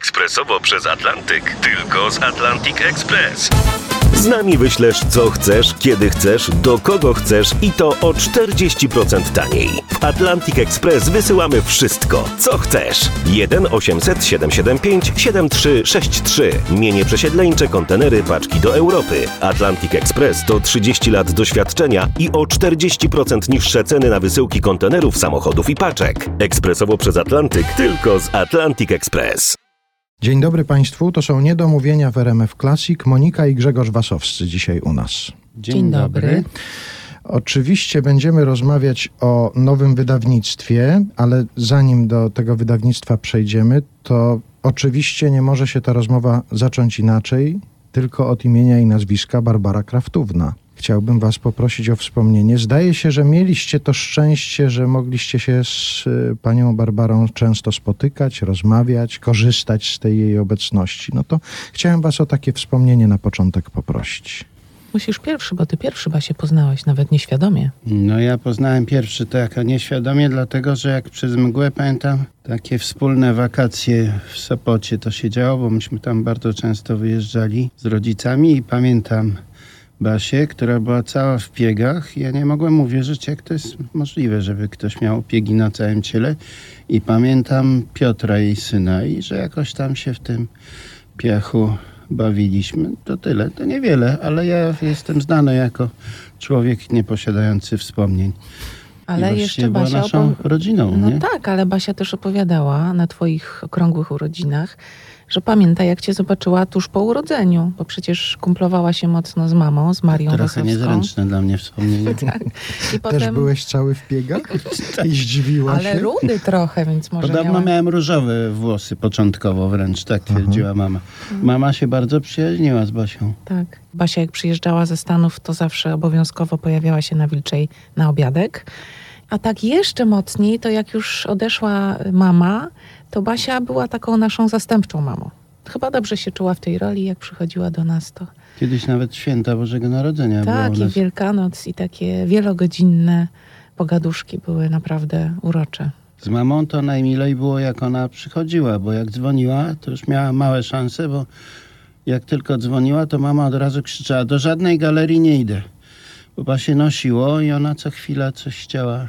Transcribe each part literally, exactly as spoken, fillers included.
Ekspresowo przez Atlantyk. Tylko z Atlantic Express. Z nami wyślesz co chcesz, kiedy chcesz, do kogo chcesz i to o czterdzieści procent taniej. W Atlantic Express wysyłamy wszystko, co chcesz. jeden osiemset siedemset siedemdziesiąt pięć siedemdziesiąt trzy sześćdziesiąt trzy. Mienie przesiedleńcze, kontenery, paczki do Europy. Atlantic Express to trzydzieści lat doświadczenia i o czterdzieści procent niższe ceny na wysyłki kontenerów, samochodów i paczek. Ekspresowo przez Atlantyk, tylko z Atlantic Express. Dzień dobry Państwu, to są Niedomówienia w R M F Classic. Monika i Grzegorz Wasowscy dzisiaj u nas. Dzień, Dzień dobry. dobry. Oczywiście będziemy rozmawiać o nowym wydawnictwie, ale zanim do tego wydawnictwa przejdziemy, to oczywiście nie może się ta rozmowa zacząć inaczej, tylko od imienia i nazwiska Barbara Kraftówna. Chciałbym Was poprosić o wspomnienie. Zdaje się, że mieliście to szczęście, że mogliście się z panią Barbarą często spotykać, rozmawiać, korzystać z tej jej obecności. No to chciałem Was o takie wspomnienie na początek poprosić. Musisz pierwszy, bo ty pierwszy chyba się poznałeś, nawet nieświadomie. No ja poznałem pierwszy tak, a nieświadomie, dlatego że jak przez mgłę pamiętam, takie wspólne wakacje w Sopocie to się działo, bo myśmy tam bardzo często wyjeżdżali z rodzicami i pamiętam Basię, która była cała w piegach. Ja nie mogłem uwierzyć, jak to jest możliwe, żeby ktoś miał piegi na całym ciele. I pamiętam Piotra, jej syna, i że jakoś tam się w tym piachu bawiliśmy. To tyle, to niewiele, ale ja jestem znany jako człowiek nieposiadający wspomnień. Ale jeszcze była Basia naszą opo- rodziną, No nie? tak, ale Basia też opowiadała na twoich okrągłych urodzinach, że pamięta, jak cię zobaczyła tuż po urodzeniu, bo przecież kumplowała się mocno z mamą, z Marią Trochę Wasowską. niezręczne dla mnie wspomnienie. Tak. I Też potem... byłeś cały w piegach? I zdziwiła Ale się? rudy trochę, więc może Podobno miała... miałem różowe włosy początkowo wręcz, tak twierdziła mama. Mama się bardzo przyjaźniła z Basią. Tak. Basia jak przyjeżdżała ze Stanów, to zawsze obowiązkowo pojawiała się na Wilczej na obiadek. A tak jeszcze mocniej, to jak już odeszła mama, to Basia była taką naszą zastępczą mamą. Chyba dobrze się czuła w tej roli, jak przychodziła do nas, to... Kiedyś nawet święta Bożego Narodzenia Tak, było u i nas. Wielkanoc, i takie wielogodzinne pogaduszki były naprawdę urocze. Z mamą to najmilej było, jak ona przychodziła, bo jak dzwoniła, to już miała małe szanse, bo jak tylko dzwoniła, to mama od razu krzyczała: do żadnej galerii nie idę. Bo się nosiło i ona co chwila coś chciała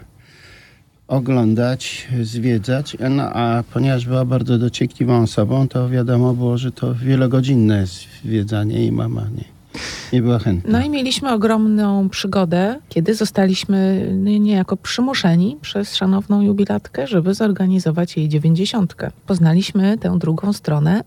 oglądać, zwiedzać, no, a ponieważ była bardzo dociekliwą osobą, to wiadomo było, że to wielogodzinne zwiedzanie i mama nie, nie była chętna. No i mieliśmy ogromną przygodę, kiedy zostaliśmy niejako przymuszeni przez szanowną jubilatkę, żeby zorganizować jej dziewięćdziesiątkę. Poznaliśmy tę drugą stronę,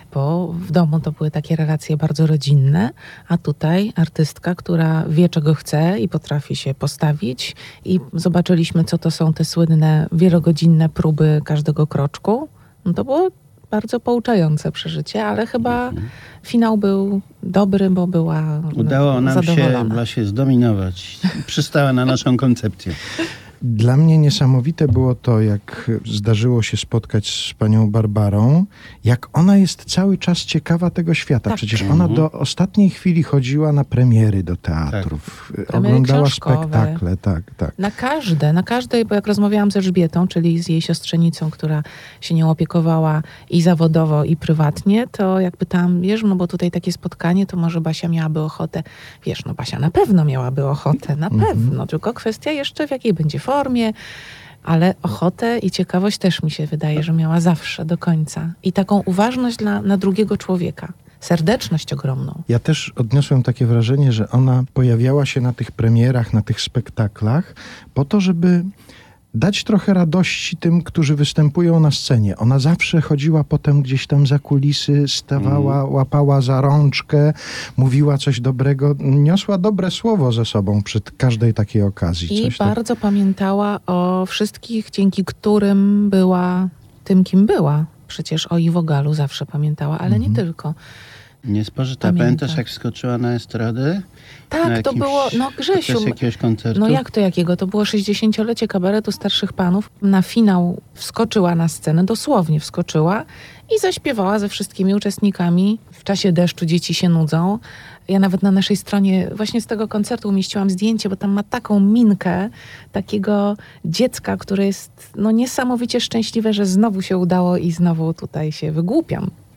bo w domu to były takie relacje bardzo rodzinne, a tutaj artystka, która wie, czego chce i potrafi się postawić, i zobaczyliśmy, co to są te słynne wielogodzinne próby każdego kroczku. No to było bardzo pouczające przeżycie, ale chyba mhm. finał był dobry, bo była Udało nam zadowolona. się Basię zdominować. Przystała na naszą koncepcję. Dla mnie niesamowite było to, jak zdarzyło się spotkać z panią Barbarą, jak ona jest cały czas ciekawa tego świata. Tak. Przecież ona do ostatniej chwili chodziła na premiery do teatrów, Tak. oglądała książkowe. spektakle, tak, tak. Na każde, na każdej, bo jak rozmawiałam z Elżbietą, czyli z jej siostrzenicą, która się nią opiekowała i zawodowo, i prywatnie, to jak pytałam, wiesz, no bo tutaj takie spotkanie, to może Basia miałaby ochotę. Wiesz, no Basia na pewno miałaby ochotę, na Mhm. pewno, tylko kwestia jeszcze w jakiej będzie formie, ale ochotę i ciekawość też mi się wydaje, że miała zawsze, do końca. I taką uważność dla, na drugiego człowieka. Serdeczność ogromną. Ja też odniosłem takie wrażenie, że ona pojawiała się na tych premierach, na tych spektaklach po to, żeby dać trochę radości tym, którzy występują na scenie. Ona zawsze chodziła potem gdzieś tam za kulisy, stawała, mm. łapała za rączkę, mówiła coś dobrego, niosła dobre słowo ze sobą przy każdej takiej okazji. I coś bardzo tak... pamiętała o wszystkich, dzięki którym była tym, kim była. Przecież o Iwo Galu zawsze pamiętała, ale mm-hmm. nie tylko. Niespożyta. Pamięta. Pamiętasz, jak wskoczyła na estradę? Tak, na to było, no Grzesiu, jakiegoś koncertu? no jak to jakiego? To było sześćdziesięciolecie kabaretu Starszych Panów. Na finał wskoczyła na scenę, dosłownie wskoczyła i zaśpiewała ze wszystkimi uczestnikami. W czasie deszczu dzieci się nudzą. Ja nawet na naszej stronie właśnie z tego koncertu umieściłam zdjęcie, bo tam ma taką minkę takiego dziecka, które jest no niesamowicie szczęśliwe, że znowu się udało i znowu tutaj się wygłupiam.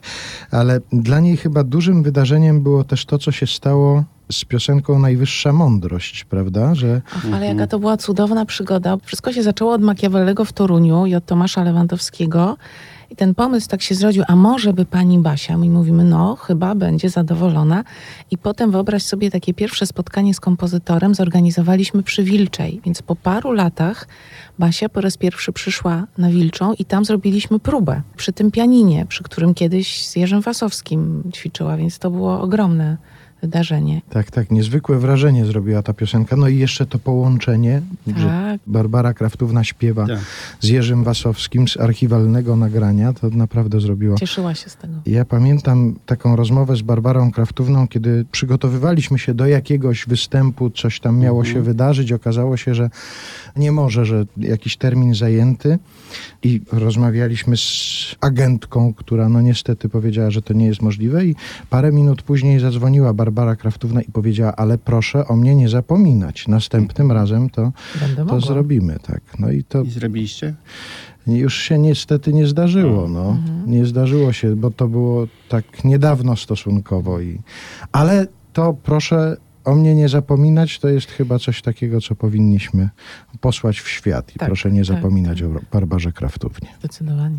Ale dla niej chyba dużym wydarzeniem było też to, co się stało z piosenką Najwyższa Mądrość, prawda? Że Ach, ale jaka to była cudowna przygoda. Wszystko się zaczęło od Machiavellego w Toruniu i od Tomasza Lewandowskiego. I ten pomysł tak się zrodził, a może by pani Basia? My mówimy, no chyba będzie zadowolona. I potem wyobraź sobie takie pierwsze spotkanie z kompozytorem zorganizowaliśmy przy Wilczej. Więc po paru latach Basia po raz pierwszy przyszła na Wilczą i tam zrobiliśmy próbę przy tym pianinie, przy którym kiedyś z Jerzym Wasowskim ćwiczyła, więc to było ogromne wydarzenie. tak, tak, niezwykłe wrażenie zrobiła ta piosenka. No i jeszcze to połączenie, że Tak. Barbara Kraftówna śpiewa Tak. z Jerzym Wasowskim z archiwalnego nagrania, to naprawdę zrobiło. Cieszyła się z tego. Ja pamiętam taką rozmowę z Barbarą Kraftówną, kiedy przygotowywaliśmy się do jakiegoś występu, coś tam miało Mhm. się wydarzyć, okazało się, że nie może, że jakiś termin zajęty i rozmawialiśmy z agentką, która no niestety powiedziała, że to nie jest możliwe i parę minut później zadzwoniła Barbara Kraftówna i powiedziała, ale proszę o mnie nie zapominać, następnym razem to, Będę to mogła. zrobimy, tak. No i to I zrobiliście? już się niestety nie zdarzyło, no. Mhm. Nie zdarzyło się, bo to było tak niedawno stosunkowo. I... Ale to proszę o mnie nie zapominać, to jest chyba coś takiego, co powinniśmy posłać w świat. I Tak, proszę nie tak, zapominać tak. o Barbarze Kraftównie. Zdecydowanie.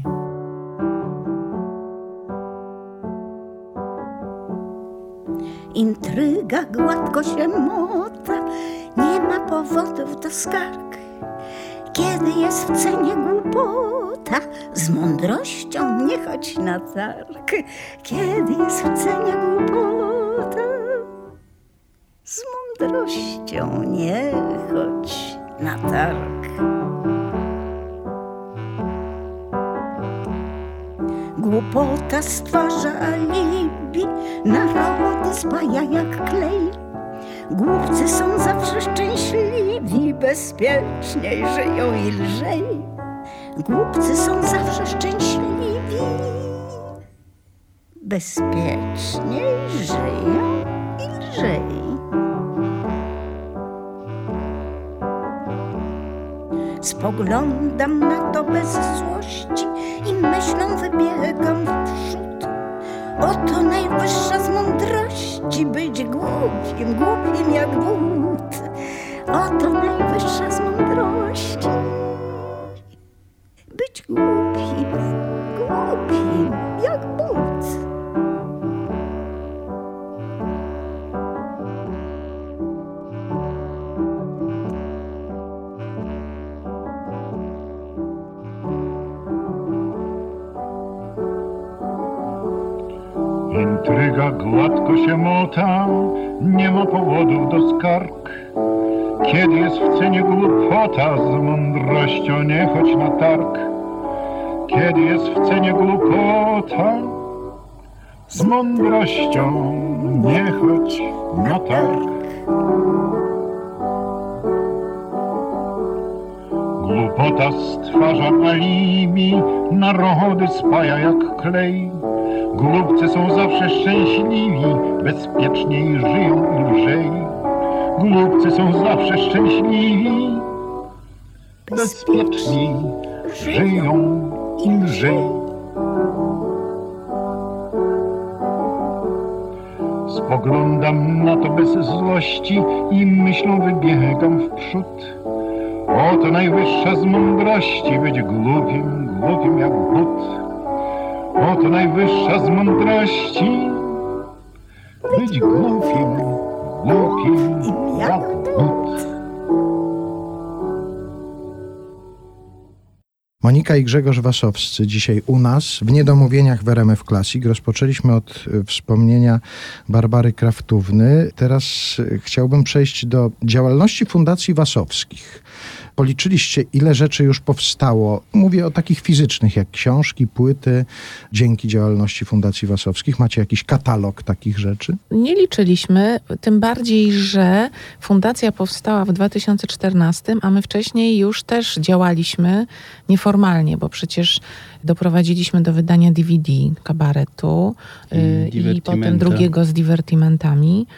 Intryga gładko się mota, nie ma powodów do skarg. Kiedy jest w cenie głupota, z mądrością nie chodź na targ. Kiedy jest w cenie głupota, z mądrością nie chodź na targ. Głupota stwarza alibi, narody spaja jak klej. Głupcy są zawsze szczęśliwi, bezpieczniej żyją i lżej. Głupcy są zawsze szczęśliwi, bezpieczniej żyją i lżej. Spoglądam na to bez złości i myślą wybiegam w przód. Oto najwyższa z mądrości, być głupim, głupim jak but. Oto najwyższa z mądrości, być głupim, głupim jak but. Intryga gładko się mota, nie ma powodów do skarg. Kiedy jest w cenie głupota, z mądrością nie chodź na targ. Kiedy jest w cenie głupota, z mądrością nie chodź na targ. Głupota stwarza alibi, narody spaja jak klej. Głupcy są zawsze szczęśliwi, bezpieczniej żyją i lżej. Głupcy są zawsze szczęśliwi, bezpieczniej żyją i lżej. Spoglądam na to bez złości i myślą wybiegam w przód. Oto najwyższa z mądrości, być głupim, głupim jak but. Oto najwyższa z mądrości, być głupim, głupim jak but. Monika i Grzegorz Wasowscy dzisiaj u nas w Niedomówieniach w R M F Classic. Rozpoczęliśmy od y, wspomnienia Barbary Kraftówny. Teraz y, chciałbym przejść do działalności Fundacji Wasowskich. Policzyliście, ile rzeczy już powstało. Mówię o takich fizycznych, jak książki, płyty, dzięki działalności Fundacji Wasowskich. Macie jakiś katalog takich rzeczy? Nie liczyliśmy, tym bardziej, że fundacja powstała w dwa tysiące czternastym, a my wcześniej już też działaliśmy nieformalnie, bo przecież doprowadziliśmy do wydania D V D kabaretu I y, i divertimenta. potem drugiego z divertimentami.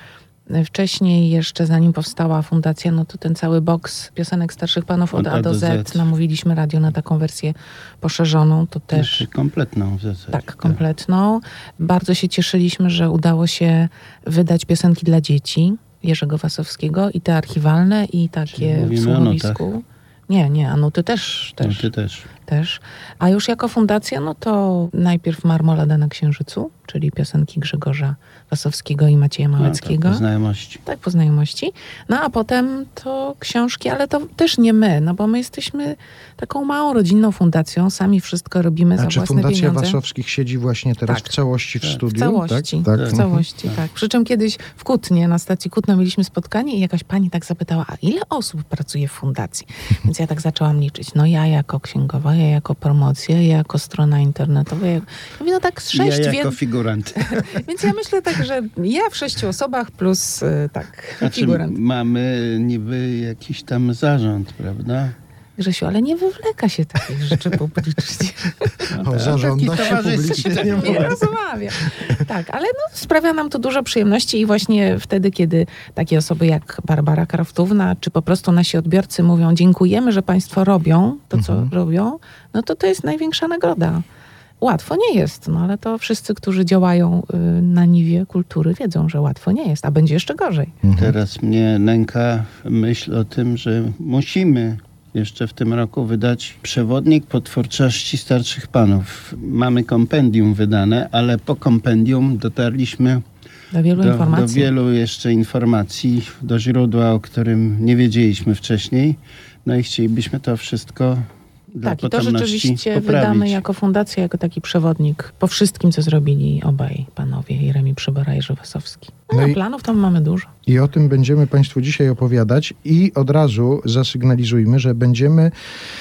Wcześniej jeszcze, zanim powstała fundacja, no to ten cały boks piosenek starszych panów od, od A do Z, Z. namówiliśmy radio na taką wersję poszerzoną. To też Znaczy kompletną w zasadzie. Tak, kompletną. Bardzo się cieszyliśmy, że udało się wydać piosenki dla dzieci Jerzego Wasowskiego i te archiwalne, i takie w słuchowisku. Nie, nie, a nuty też. też. Nuty też. też. A już jako fundacja, no to najpierw Marmolada na Księżycu, czyli piosenki Grzegorza Wasowskiego i Macieja Małeckiego. No, tak, po znajomości. Tak, po znajomości. No a potem to książki, ale to też nie my, no bo my jesteśmy taką małą rodzinną fundacją, sami wszystko robimy A za czy własne Fundacja pieniądze. Wasowskich siedzi właśnie teraz Tak. w całości w Tak. studiu? W całości, Tak, tak. w całości, tak. tak. Przy czym kiedyś w Kutnie, na stacji Kutna mieliśmy spotkanie i jakaś pani tak zapytała, a ile osób pracuje w fundacji? Więc ja tak zaczęłam liczyć. No ja jako księgowa, ja jako promocja, ja jako strona internetowa. Ja, ja mówię, no tak z sześć. Ja jako wie... figurant. Więc ja myślę tak, że ja w sześciu osobach plus y, tak, Znaczy, figurant. mamy niby jakiś tam zarząd, prawda? Grzesiu, ale nie wywleka się takich rzeczy publicznie. No, O zarządach się publicznie nie Nie mówi. rozmawia. Tak, ale no, sprawia nam to dużo przyjemności i właśnie wtedy, kiedy takie osoby jak Barbara Kraftówna, czy po prostu nasi odbiorcy mówią, dziękujemy, że państwo robią to, co Mhm. robią, no to to jest największa nagroda. Łatwo nie jest, no ale to wszyscy, którzy działają y, na niwie kultury, wiedzą, że łatwo nie jest, a będzie jeszcze gorzej. Teraz mnie nęka myśl o tym, że musimy jeszcze w tym roku wydać przewodnik po twórczości starszych panów. Mamy kompendium wydane, ale po kompendium dotarliśmy Do wielu do, informacji. do wielu jeszcze informacji, do źródła, o którym nie wiedzieliśmy wcześniej. No i chcielibyśmy to wszystko dla Tak, i to potomności rzeczywiście poprawić. wydamy jako fundacja, jako taki przewodnik po wszystkim, co zrobili obaj panowie, Jeremi Przybora i Jerzy Wasowski. No, No i- planów tam mamy dużo. I o tym będziemy Państwu dzisiaj opowiadać i od razu zasygnalizujmy, że będziemy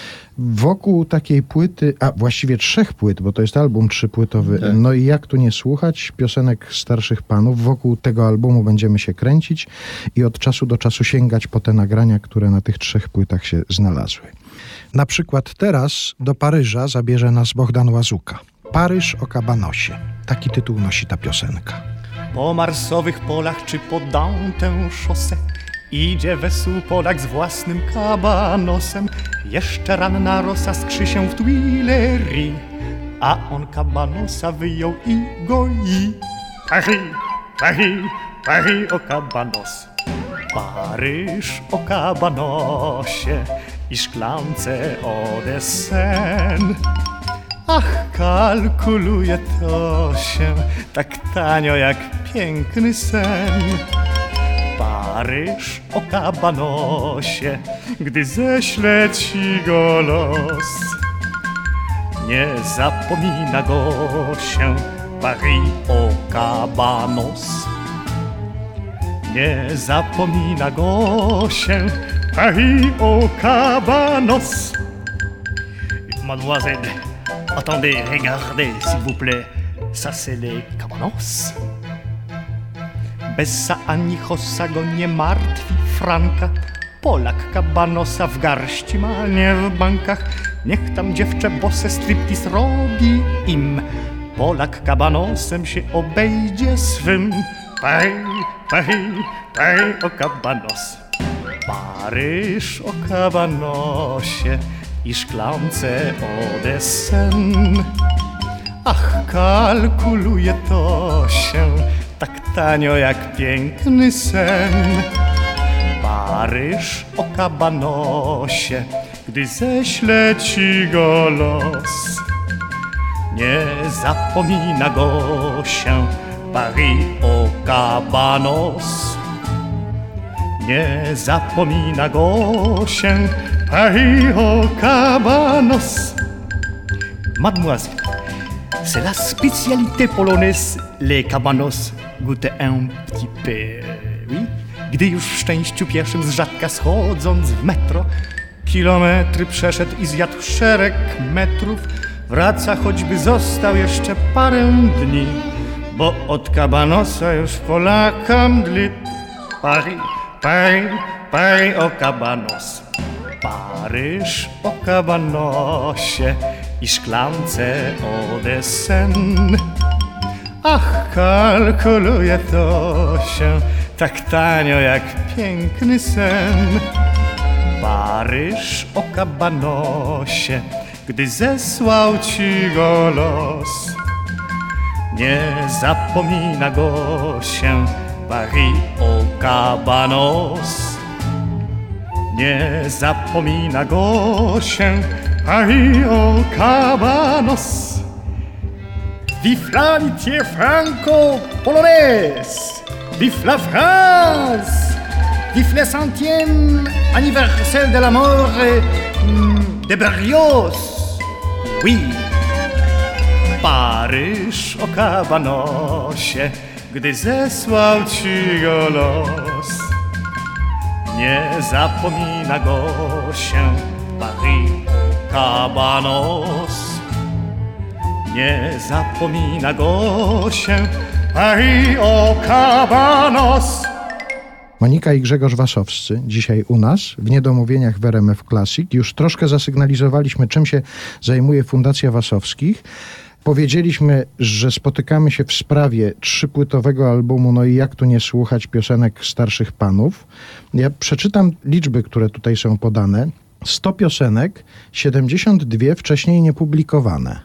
wokół takiej płyty, a właściwie trzech płyt, bo to jest album trzypłytowy, Tak. no i jak tu nie słuchać piosenek starszych panów, wokół tego albumu będziemy się kręcić i od czasu do czasu sięgać po te nagrania, które na tych trzech płytach się znalazły. Na przykład teraz do Paryża zabierze nas Bohdan Łazuka. Paryż o kabanosie. Taki tytuł nosi ta piosenka. Po marsowych polach czy po Dantę szosę idzie wesół Polak z własnym kabanosem. Jeszcze ranna rosa skrzy się w Tuileries, a on kabanosa wyjął i goi. Paris, Paris, Paris o kabanos. Paryż o kabanosie i szklance o desen. Ach, kalkuluje to się tak tanio jak piękny sen. Paryż o kabanosie, gdy ześle ci go los. Nie zapomina go się Paris o kabanos. Nie zapomina go się Paris o kabanos. Mademoiselle, attendez, regardez, s'il vous plaît. Ça, c'est les cabanos. Bessa ani hossa go nie martwi franka. Polak kabanosa w garści ma, nie w bankach. Niech tam dziewczę bose striptease robi im. Polak kabanosem się obejdzie swym. Paris, Paris, Paris o kabanos. Paryż o kabanosie i szklance o desen. Ach, kalkuluje to się tak tanio jak piękny sen. Paryż o kabanosie, gdy ześle ci go los. Nie zapomina go się Paris o kabanos. Nie zapomina go się Paris o kabanos. Mademoiselle, c'est la spécialité polonaise, les cabanos goûtent un petit peu, oui. Gdy już w szczęściu pieszym z rzadka schodząc w metro, kilometry przeszedł i zjadł szereg metrów, wraca choćby został jeszcze parę dni, bo od kabanosa już Polaka mdli. Paris, Paris, Paris o kabanos. Paryż o kabanosie i szklance o desen. Ach, kalkuluje to się tak tanio jak piękny sen. Paryż o kabanosie, gdy zesłał ci go los. Nie zapomina go się Paris o cabanos. Nie zapomina go się Paris o cabanos. Vive l'amitié franco-polonaise! Vive la France! Vive le centième anniversaire de la mort de Berlioz! Oui! Paryż o kabanosie, gdy zesłał ci go los. Nie zapomina go się Paris o cabanos. Nie zapomina go się Paris o cabanos. Monika i Grzegorz Wasowscy dzisiaj u nas w Niedomówieniach w R M F Classic. Już troszkę zasygnalizowaliśmy, czym się zajmuje Fundacja Wasowskich. Powiedzieliśmy, że spotykamy się w sprawie trzypłytowego albumu No i jak tu nie słuchać piosenek starszych panów. Ja przeczytam liczby, które tutaj są podane. sto piosenek, siedemdziesiąt dwie wcześniej niepublikowane.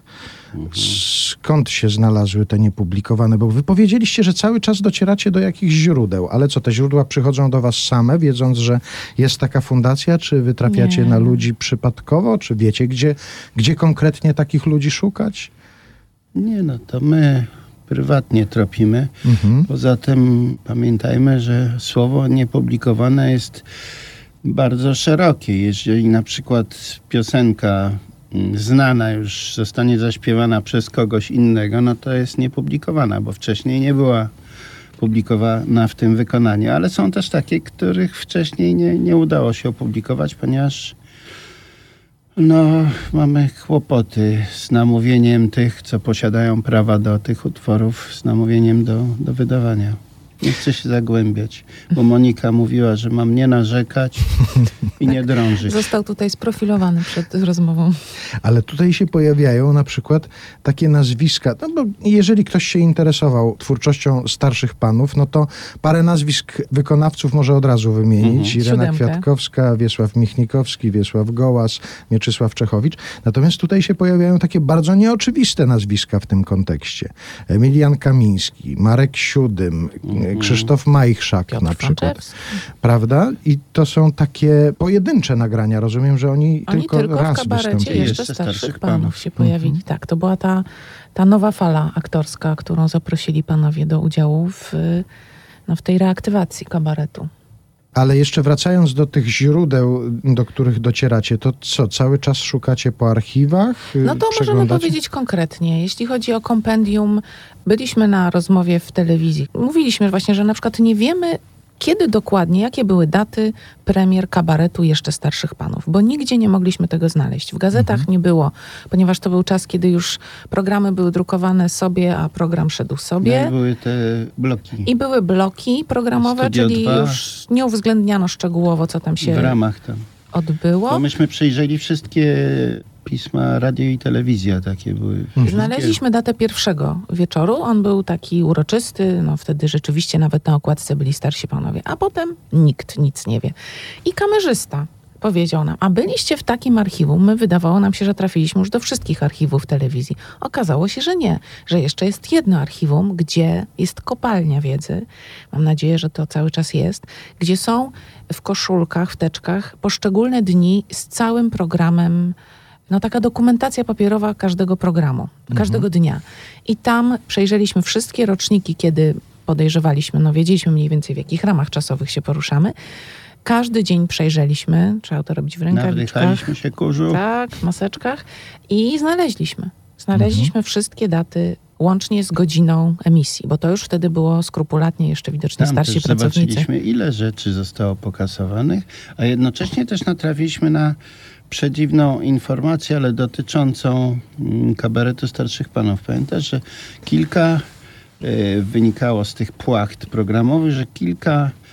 Skąd się znalazły te niepublikowane? Bo wy powiedzieliście, że cały czas docieracie do jakichś źródeł, ale co, te źródła przychodzą do was same, wiedząc, że jest taka fundacja, czy wy trafiacie Nie. na ludzi przypadkowo, czy wiecie, gdzie, gdzie konkretnie takich ludzi szukać? Nie, no to my prywatnie tropimy. Mhm. Poza tym pamiętajmy, że słowo niepublikowane jest bardzo szerokie. Jeżeli na przykład piosenka znana już zostanie zaśpiewana przez kogoś innego, no to jest niepublikowana, bo wcześniej nie była publikowana w tym wykonaniu. Ale są też takie, których wcześniej nie, nie udało się opublikować, ponieważ no, mamy kłopoty z namówieniem tych, co posiadają prawa do tych utworów, z namówieniem do, do wydawania. Nie chcę się zagłębiać, bo Monika mówiła, że mam nie narzekać i nie drążyć. Został tutaj sprofilowany przed rozmową. Ale tutaj się pojawiają na przykład takie nazwiska, no bo jeżeli ktoś się interesował twórczością starszych panów, no to parę nazwisk wykonawców może od razu wymienić. Mhm. Irena Siódemkę. Kwiatkowska, Wiesław Michnikowski, Wiesław Gołas, Mieczysław Czechowicz. Natomiast tutaj się pojawiają takie bardzo nieoczywiste nazwiska w tym kontekście. Emilian Kamiński, Marek Siódym, Mhm. Krzysztof Majchrzak Piotr na przykład. Franczewski. Prawda? I to są takie pojedyncze nagrania. Rozumiem, że oni, Oni tylko, tylko w raz kabarecie wystąpili. jeszcze, Jeszcze starszych, starszych panów, panów. się pojawili. Tak, to była ta, ta nowa fala aktorska, którą zaprosili panowie do udziału w, no, w tej reaktywacji kabaretu. Ale jeszcze wracając do tych źródeł, do których docieracie, to co, cały czas szukacie po archiwach? No to możemy Przeglądacie? powiedzieć konkretnie. Jeśli chodzi o kompendium, byliśmy na rozmowie w telewizji. Mówiliśmy właśnie, że na przykład nie wiemy, kiedy dokładnie, jakie były daty premier kabaretu jeszcze starszych panów, bo nigdzie nie mogliśmy tego znaleźć. W gazetach Mhm. nie było, ponieważ to był czas, kiedy już programy były drukowane sobie, a program szedł sobie. No i były te bloki I były bloki programowe, Studio czyli dwa. już nie uwzględniano szczegółowo, co tam w się ramach tam. odbyło. Bo myśmy przejrzeli wszystkie pisma, radio i telewizja takie były. Znaleźliśmy datę pierwszego wieczoru. On był taki uroczysty, no wtedy rzeczywiście nawet na okładce byli starsi panowie. A potem nikt nic nie wie. I kamerzysta powiedział nam, a byliście w takim archiwum? My wydawało nam się, że trafiliśmy już do wszystkich archiwów telewizji. Okazało się, że nie. Że jeszcze jest jedno archiwum, gdzie jest kopalnia wiedzy. Mam nadzieję, że to cały czas jest. Gdzie są w koszulkach, w teczkach poszczególne dni z całym programem. No taka dokumentacja papierowa każdego programu, każdego dnia. I tam przejrzeliśmy wszystkie roczniki, kiedy podejrzewaliśmy, no wiedzieliśmy mniej więcej w jakich ramach czasowych się poruszamy. Każdy dzień przejrzeliśmy, trzeba to robić w rękawiczkach. Nawdychaliśmy się kurzu. Tak, w maseczkach i znaleźliśmy. Znaleźliśmy wszystkie daty łącznie z godziną emisji, bo to już wtedy było skrupulatnie jeszcze widocznie Tam starsi też pracownicy. zobaczyliśmy, ile rzeczy zostało pokasowanych, a jednocześnie też natrafiliśmy na przedziwną informację, ale dotyczącą mm, kabaretu starszych panów. Pamiętasz, że kilka y, wynikało z tych płacht programowych, że kilka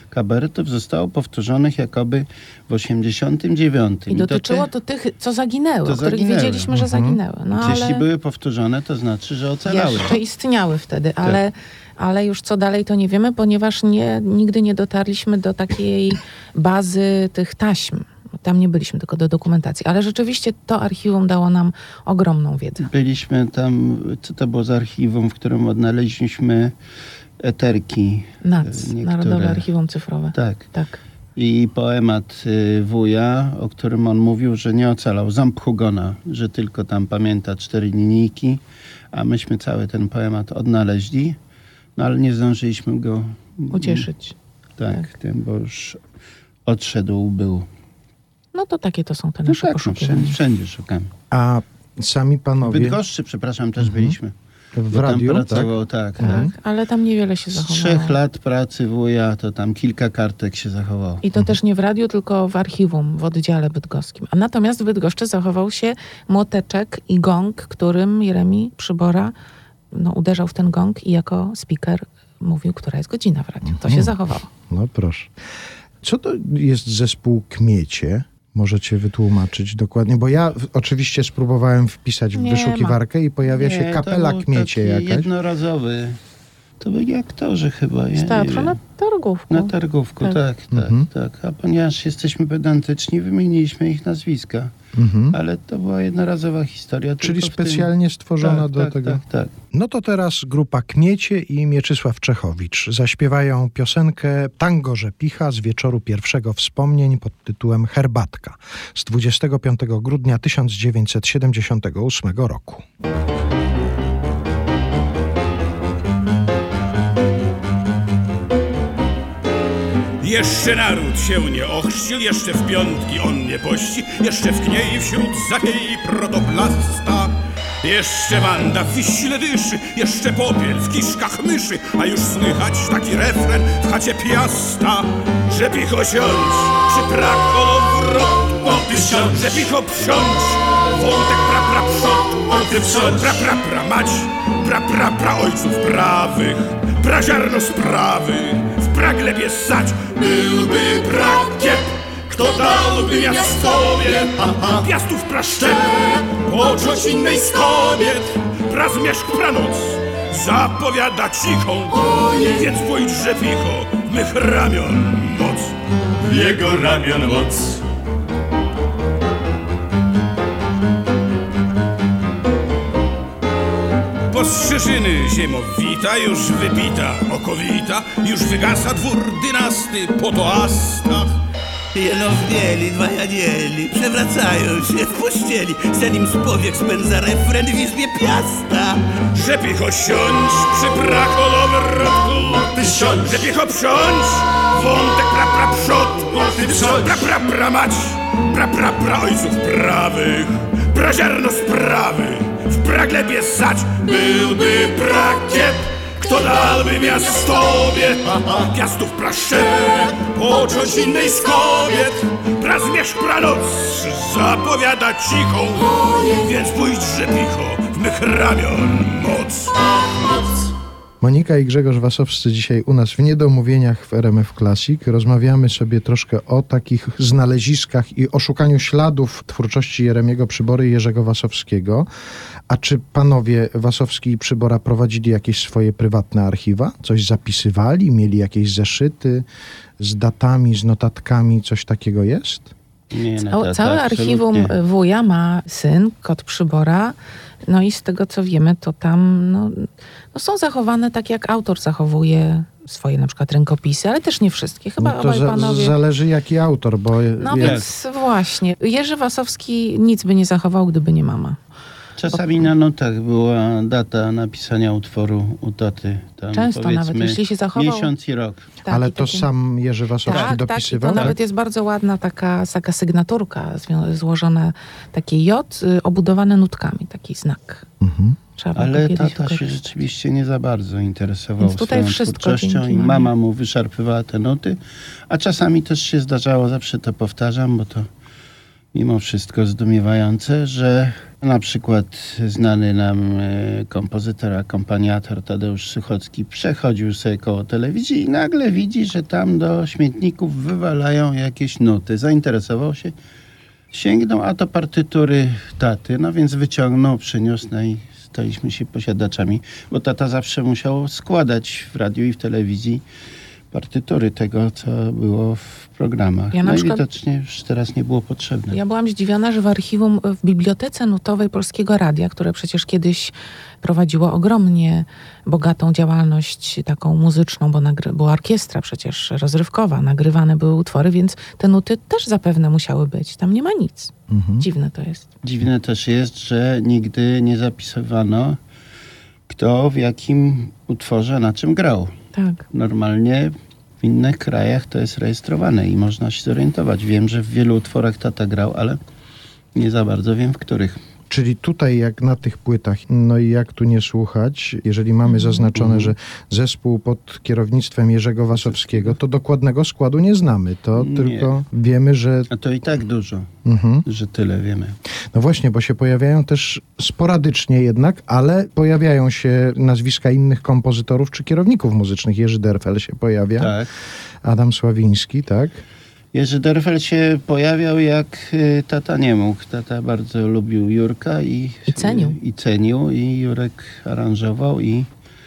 kabaretów zostało powtórzonych jakoby w osiemdziesiątym dziewiątym. I dotyczyło te, to tych, co zaginęły, to o których zaginęły. wiedzieliśmy, że Mhm. zaginęły. No, Jeśli ale były powtórzone, to znaczy, że ocalały. jeszcze istniały wtedy, Tak. ale, ale już co dalej to nie wiemy, ponieważ nie, nigdy nie dotarliśmy do takiej bazy tych taśm. Tam nie byliśmy, tylko do dokumentacji. Ale rzeczywiście to archiwum dało nam ogromną wiedzę. Byliśmy tam, co to było za archiwum, w którym odnaleźliśmy eterki. N A e, C, niektóre. Narodowe Archiwum Cyfrowe. Tak. Tak. I poemat y, wuja, o którym on mówił, że nie ocalał. Ząb Hugona, że tylko tam pamięta cztery linijki, a myśmy cały ten poemat odnaleźli, no ale nie zdążyliśmy go Ucieszyć. Tak, Tak. tym, bo już odszedł był. No to takie to są te No nasze tak, no, poszukiwania. wszędzie, wszędzie szukamy. A sami W panowie Bydgoszczy, przepraszam, też byliśmy. w Bo radiu, tam tak? pracował, tak. tak. Tak, ale tam niewiele się Z zachowało. trzech lat pracy wuja, to tam kilka kartek się zachowało. I to też nie w radiu, tylko w archiwum, w oddziale bydgoskim. A natomiast w Bydgoszczy zachował się młoteczek i gong, którym Jeremi Przybora no, uderzał w ten gong i jako speaker mówił, która jest godzina w radiu. To się zachowało. No proszę. Co to jest zespół Kmiecie? Możecie wytłumaczyć dokładnie, bo ja w- oczywiście spróbowałem wpisać w Nie wyszukiwarkę i pojawia się Nie, kapela to był Kmiecie taki jakaś. jednorazowy. To byli aktorzy chyba. Ja Z nie teatru wiem. na targówku. Na targówku, Tak. tak, tak, Mhm. tak. A ponieważ jesteśmy pedantyczni, wymieniliśmy ich nazwiska. Mhm. Ale to była jednorazowa historia. Czyli tylko w tym- specjalnie stworzona tak, do tak, tego. Tak, tak. No to teraz grupa Kmiecie i Mieczysław Czechowicz zaśpiewają piosenkę Tango Rzepicha z wieczoru pierwszego wspomnień pod tytułem Herbatka z dwudziestego piątego grudnia tysiąc dziewięćset siedemdziesiątego ósmego roku. Jeszcze naród się nie ochrzcił, jeszcze w piątki on nie pości, jeszcze w kniej wśród zakiej protoplasta. Jeszcze wanda w wiśle dyszy, jeszcze popiel w kiszkach myszy, a już słychać taki refren w chacie Piasta. Że picho siądź, przy prakolowrot, o ty siądź, że picho psiądź, wątek pra pra przod, o ty wsiądź, pra pra pra mać, pra pra pra ojców prawych, praziarno sprawy, w praglebie ssać, byłby prakiep. Kto dałby miastowie, aha, Piastów praszczep, począć innej z kobiet, prazmieszk pranoc, zapowiada cichą, więc pójdź, że picho, w mych ramion moc, w jego ramion moc. Postrzeżyny ziemowita, już wypita, okowita, już wygasa dwór dynasty Potoasta. Jeno w bieli, dwaj anieli przewracają się w pościeli, zanim z powiek spędza refren w izbie Piasta. Że picho siądź przy prakolowym rodku, ty siądź, że picho psiądź, wątek pra pra przod, ty psiądź, pra pra pra mać, pra pra pra ojców prawych, praziarno sprawy, w praglebie ssać, byłby prakiep. Kto dałby miastowie, Piastów praszczep, począć innej z kobiet, prazmieszk pranoc, zapowiada cichą, więc pójdź, że picho, w mych ramion moc. Monika i Grzegorz Wasowscy dzisiaj u nas w Niedomówieniach w R M F Classic. Rozmawiamy sobie troszkę o takich znaleziskach i o szukaniu śladów twórczości Jeremiego Przybory i Jerzego Wasowskiego. A czy panowie Wasowski i Przybora prowadzili jakieś swoje prywatne archiwa? Coś zapisywali? Mieli jakieś zeszyty z datami, z notatkami? Coś takiego jest? Nie, no Całe, to- całe to archiwum absolutnie. wuja ma syn, kot Przybora. No i z tego, co wiemy, to tam no, no są zachowane tak, jak autor zachowuje swoje na przykład rękopisy, ale też nie wszystkie. Chyba No to obaj za, panowie... zależy jaki autor, bo No ja, więc właśnie. Jerzy Wasowski nic by nie zachował, gdyby nie mama. Czasami na notach była data napisania utworu u taty. Tam Często nawet, powiedzmy jeśli się zachował. miesiąc i rok. Tak, ale i to takie- sam Jerzy Wasowski Tak, tak, i dopisywał? to nawet jest bardzo ładna taka, taka sygnaturka zwią- złożona, takie J y, obudowane nutkami, taki znak. Mhm. Trzeba go Ale kiedyś tata się wykorzystać. rzeczywiście nie za bardzo interesował Więc tutaj swoją wszystko twórczością dzięki i mamie. mama mu wyszarpywała te nuty, a czasami też się zdarzało, zawsze to powtarzam, bo to mimo wszystko zdumiewające, że Na przykład znany nam e, kompozytor, akompaniator Tadeusz Suchocki przechodził sobie koło telewizji i nagle widzi, że tam do śmietników wywalają jakieś nuty. Zainteresował się, sięgnął, a to partytury taty, no więc wyciągnął, przyniósł, no i staliśmy się posiadaczami, bo tata zawsze musiał składać w radiu i w telewizji partytury tego, co było w programach. Ja na no przykład- i widocznie już teraz nie było potrzebne. Ja byłam zdziwiona, że w archiwum, w Bibliotece Nutowej Polskiego Radia, które przecież kiedyś prowadziło ogromnie bogatą działalność taką muzyczną, bo nagry- była orkiestra przecież rozrywkowa, nagrywane były utwory, więc te nuty też zapewne musiały być. Tam nie ma nic. Mhm. Dziwne to jest. Dziwne też jest, że nigdy nie zapisywano, kto w jakim utworze na czym grał. Tak. Normalnie w innych krajach to jest rejestrowane i można się zorientować. Wiem, że w wielu utworach tata grał, ale nie za bardzo wiem, w których. Czyli tutaj jak na tych płytach, no i jak tu nie słuchać, jeżeli mamy zaznaczone, że zespół pod kierownictwem Jerzego Wasowskiego, to dokładnego składu nie znamy. To Nie. tylko wiemy, że... A to i tak dużo, Mhm. że tyle wiemy. No właśnie, bo się pojawiają też sporadycznie jednak, ale pojawiają się nazwiska innych kompozytorów czy kierowników muzycznych. Jerzy Derfel się pojawia, Tak. Adam Sławiński, tak? Jerzy Derfel się pojawiał, jak y, tata nie mógł. Tata bardzo lubił Jurka i, I cenił. y, I cenił i Jurek aranżował i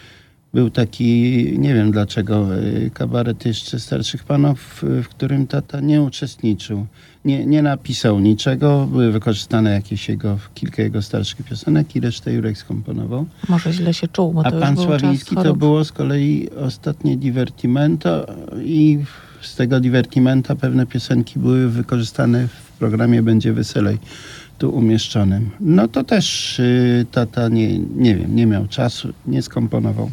był taki, nie wiem dlaczego, y, kabaret jeszcze starszych panów, y, w którym tata nie uczestniczył. Nie, nie napisał niczego, były wykorzystane jakieś jego, kilka jego starszych piosenek i resztę Jurek skomponował. Może źle się czuł, bo A to już pan był Sławiński czas to chorób. było z kolei ostatnie divertimento i z tego divertimenta pewne piosenki były wykorzystane w programie Będzie Weselej, tu umieszczonym. No to też y, tata nie, nie wiem, nie miał czasu, nie skomponował.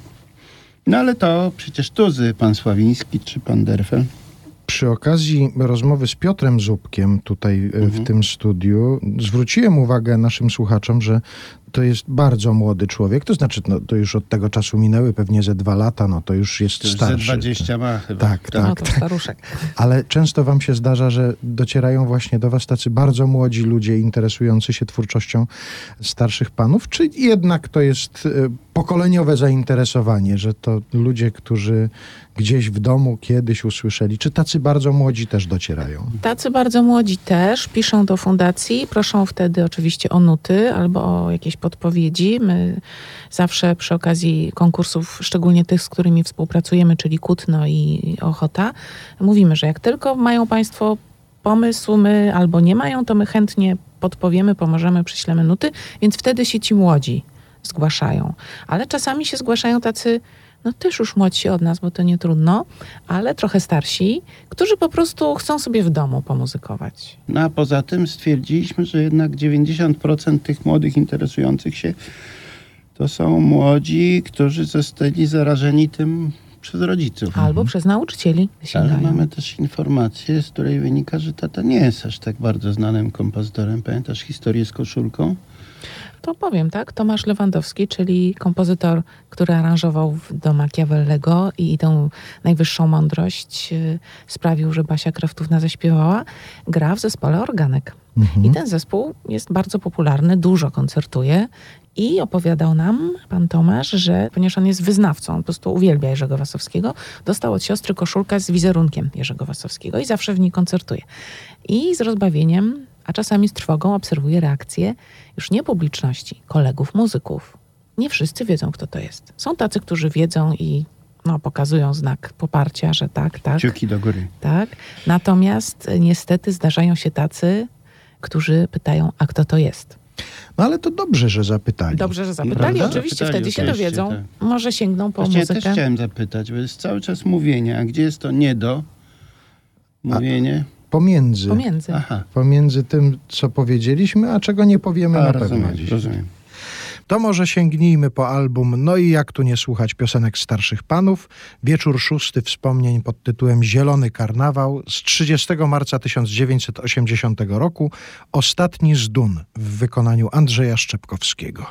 No ale to przecież tuzy, pan Sławiński czy pan Derfel. Przy okazji rozmowy z Piotrem Zubkiem tutaj e, w tym studiu zwróciłem uwagę naszym słuchaczom, że to jest bardzo młody człowiek. To znaczy, no, to już od tego czasu minęły pewnie ze dwa lata, no to już jest To już ze starszy. dwadzieścia ma chyba. Tak, No tak. to staruszek. Ale często wam się zdarza, że docierają właśnie do was tacy bardzo młodzi ludzie interesujący się twórczością starszych panów, czy jednak to jest e, pokoleniowe zainteresowanie, że to ludzie, którzy gdzieś w domu kiedyś usłyszeli, czy tacy bardzo młodzi też docierają? Tacy bardzo młodzi też piszą do fundacji, proszą wtedy oczywiście o nuty albo o jakieś podpowiedzi. My zawsze przy okazji konkursów, szczególnie tych, z którymi współpracujemy, czyli Kutno i Ochota, mówimy, że jak tylko mają państwo pomysł, my albo nie mają, to my chętnie podpowiemy, pomożemy, przyślemy nuty, więc wtedy się ci młodzi zgłaszają. Ale czasami się zgłaszają tacy, no też już młodsi od nas, bo to nie trudno, ale trochę starsi, którzy po prostu chcą sobie w domu pomuzykować. No a poza tym stwierdziliśmy, że jednak dziewięćdziesiąt procent tych młodych interesujących się to są młodzi, którzy zostali zarażeni tym przez rodziców. Albo przez nauczycieli Ale sięgają. mamy też informację, z której wynika, że tata nie jest aż tak bardzo znanym kompozytorem. Pamiętasz historię z koszulką? To powiem, tak? Tomasz Lewandowski, czyli kompozytor, który aranżował w- do Machiavellego i, i tę najwyższą mądrość y, sprawił, że Basia Kraftówna zaśpiewała, gra w zespole Organek. I ten zespół jest bardzo popularny, dużo koncertuje i opowiadał nam pan Tomasz, że ponieważ on jest wyznawcą, po prostu uwielbia Jerzego Wasowskiego, dostał od siostry koszulkę z wizerunkiem Jerzego Wasowskiego i zawsze w niej koncertuje. I z rozbawieniem, a czasami z trwogą obserwuje reakcje już nie publiczności, kolegów muzyków. Nie wszyscy wiedzą, kto to jest. Są tacy, którzy wiedzą i no, pokazują znak poparcia, że tak, tak. Kciuki do góry. Tak. Natomiast e, niestety zdarzają się tacy, którzy pytają, a kto to jest. No ale to dobrze, że zapytali. Dobrze, że zapytali. Prawda? Oczywiście Zapytali wtedy się oczywiście, dowiedzą. tak. Może sięgną po Właśnie ja muzykę. też chciałem zapytać, bo jest cały czas mówienie, a gdzie jest to nie do? Mówienie? Pomiędzy. Pomiędzy. Aha. Pomiędzy tym, co powiedzieliśmy, a czego nie powiemy A, na rozumiem, pewno dziś. rozumiem. To może sięgnijmy po album No i jak tu nie słuchać piosenek starszych panów. Wieczór szósty wspomnień pod tytułem Zielony Karnawał z trzydziestego marca tysiąc dziewięćset osiemdziesiątego roku. Ostatni z Dun w wykonaniu Andrzeja Szczepkowskiego.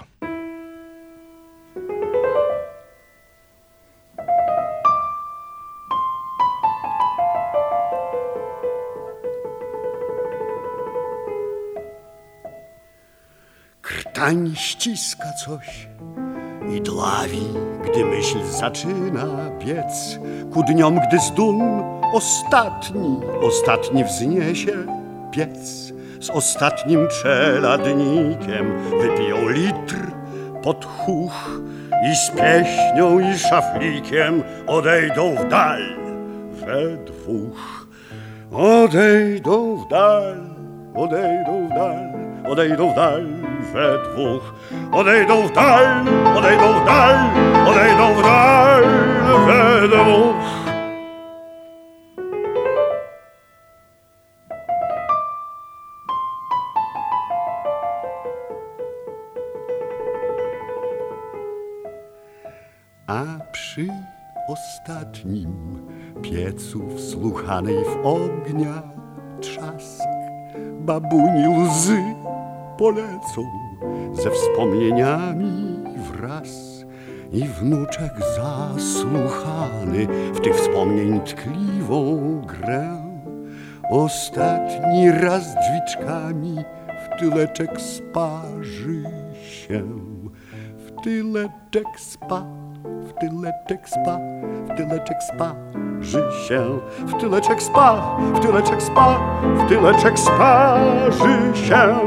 Krwi Stań ściska coś i dławi, gdy myśl zaczyna biec ku dniom, gdy z dum ostatni, ostatni wzniesie piec. Z ostatnim czeladnikiem wypiją litr pod chuch i z pieśnią i szaflikiem odejdą w dal we dwóch. Odejdą w dal, odejdą w dal, odejdą w dal we dwóch. Odejdą w dal, odejdą w dal, odejdą w dal we dwóch. A przy ostatnim piecu wsłuchanej w ognia trzask babuni łzy polecą ze wspomnieniami wraz i wnuczek zasłuchany w tych wspomnień tkliwą grę ostatni raz drzwiczkami w tyleczek sparzy się, w tyleczek spa. W tyleczek spa, w tyleczek sparzy się, w tyleczek spa, w tyleczek spa, w tyleczek sparzy się.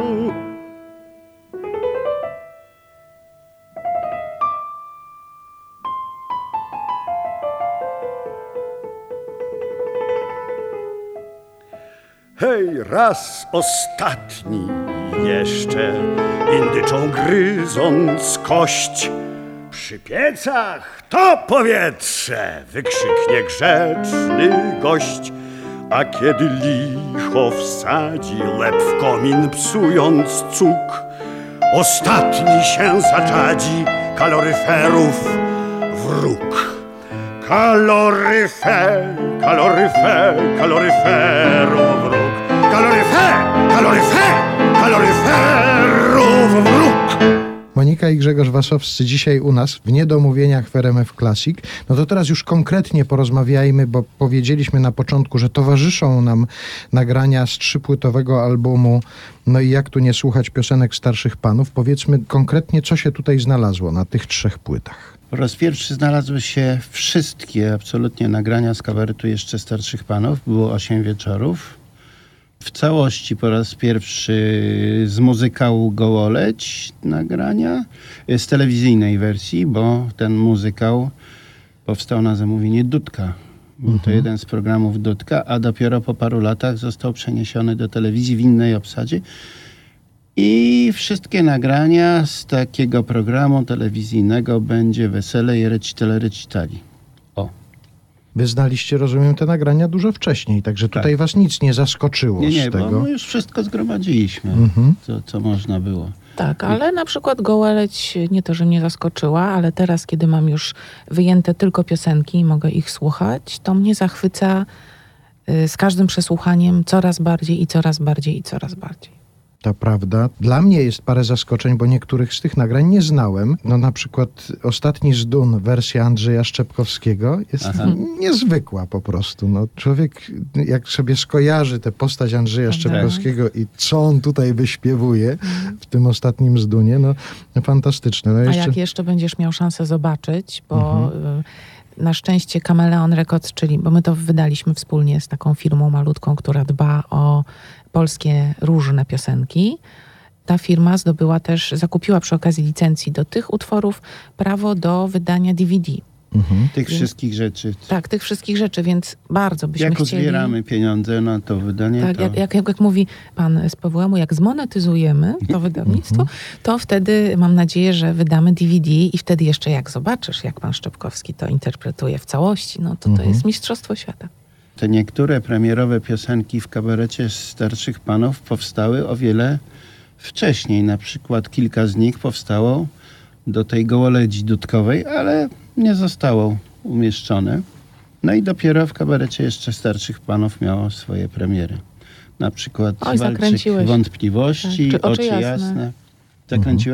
Hej, raz ostatni jeszcze, indyczą gryząc kość, przy piecach to powietrze, wykrzyknie grzeczny gość. A kiedy licho wsadzi lep w komin, psując cuk, ostatni się zaczadzi kaloryferów wróg. Kaloryfer, kaloryfer, kaloryferów wróg. Kaloryfer, kaloryfer, kaloryferów wróg. Monika i Grzegorz Wasowscy dzisiaj u nas w Niedomówieniach w R M F Classic. No to teraz już konkretnie porozmawiajmy, bo powiedzieliśmy na początku, że towarzyszą nam nagrania z trzypłytowego albumu No i jak tu nie słuchać piosenek starszych panów. Powiedzmy konkretnie, co się tutaj znalazło na tych trzech płytach. Po raz pierwszy znalazły się wszystkie absolutnie nagrania z kabaretu jeszcze starszych panów. Było osiem wieczorów. W całości po raz pierwszy z muzykału Gołoleć nagrania, z telewizyjnej wersji, bo ten muzykał powstał na zamówienie Dudka. Był to jeden z programów Dudka, a dopiero po paru latach został przeniesiony do telewizji w innej obsadzie. I wszystkie nagrania z takiego programu telewizyjnego będzie Wesele i Recitele Recitali. O. Wy znaliście, rozumiem, te nagrania dużo wcześniej, także tutaj tak. was nic nie zaskoczyło nie, nie, z tego. Bo my już wszystko zgromadziliśmy, mhm. co, co można było. Tak, ale na przykład Gołoleć nie to, że mnie zaskoczyła, ale teraz, kiedy mam już wyjęte tylko piosenki i mogę ich słuchać, to mnie zachwyca y, z każdym przesłuchaniem coraz bardziej i coraz bardziej i coraz bardziej. To prawda. Dla mnie jest parę zaskoczeń, bo niektórych z tych nagrań nie znałem. No na przykład Ostatni z Dun, wersja Andrzeja Szczepkowskiego jest Aha. niezwykła po prostu. No, człowiek jak sobie skojarzy tę postać Andrzeja Aha. Szczepkowskiego i co on tutaj wyśpiewuje w tym Ostatnim z Dunie, no, no fantastyczne. No jeszcze... A jak jeszcze będziesz miał szansę zobaczyć, bo mhm. na szczęście Kameleon Records, czyli, bo my to wydaliśmy wspólnie z taką firmą malutką, która dba o polskie różne piosenki. Ta firma zdobyła też, zakupiła przy okazji licencji do tych utworów prawo do wydania D V D. Mhm. Tych więc, wszystkich rzeczy. Tak, tych wszystkich rzeczy, więc bardzo byśmy jak chcieli... Jak uzbieramy pieniądze na to wydanie, tak, to... Jak, jak, jak, jak mówi pan z P W M-u, jak zmonetyzujemy to wydawnictwo, to wtedy mam nadzieję, że wydamy D V D i wtedy jeszcze jak zobaczysz, jak pan Szczepkowski to interpretuje w całości, no to to jest mistrzostwo świata. Te niektóre premierowe piosenki w kabarecie starszych panów powstały o wiele wcześniej. Na przykład kilka z nich powstało do tej Gołoledzi Dudkowej, ale nie zostało umieszczone. No i dopiero w kabarecie jeszcze starszych panów miało swoje premiery. Na przykład Oj, Walczyk Wątpliwości, tak. Oczy, oczy jasne. jasne. Zakręciłem?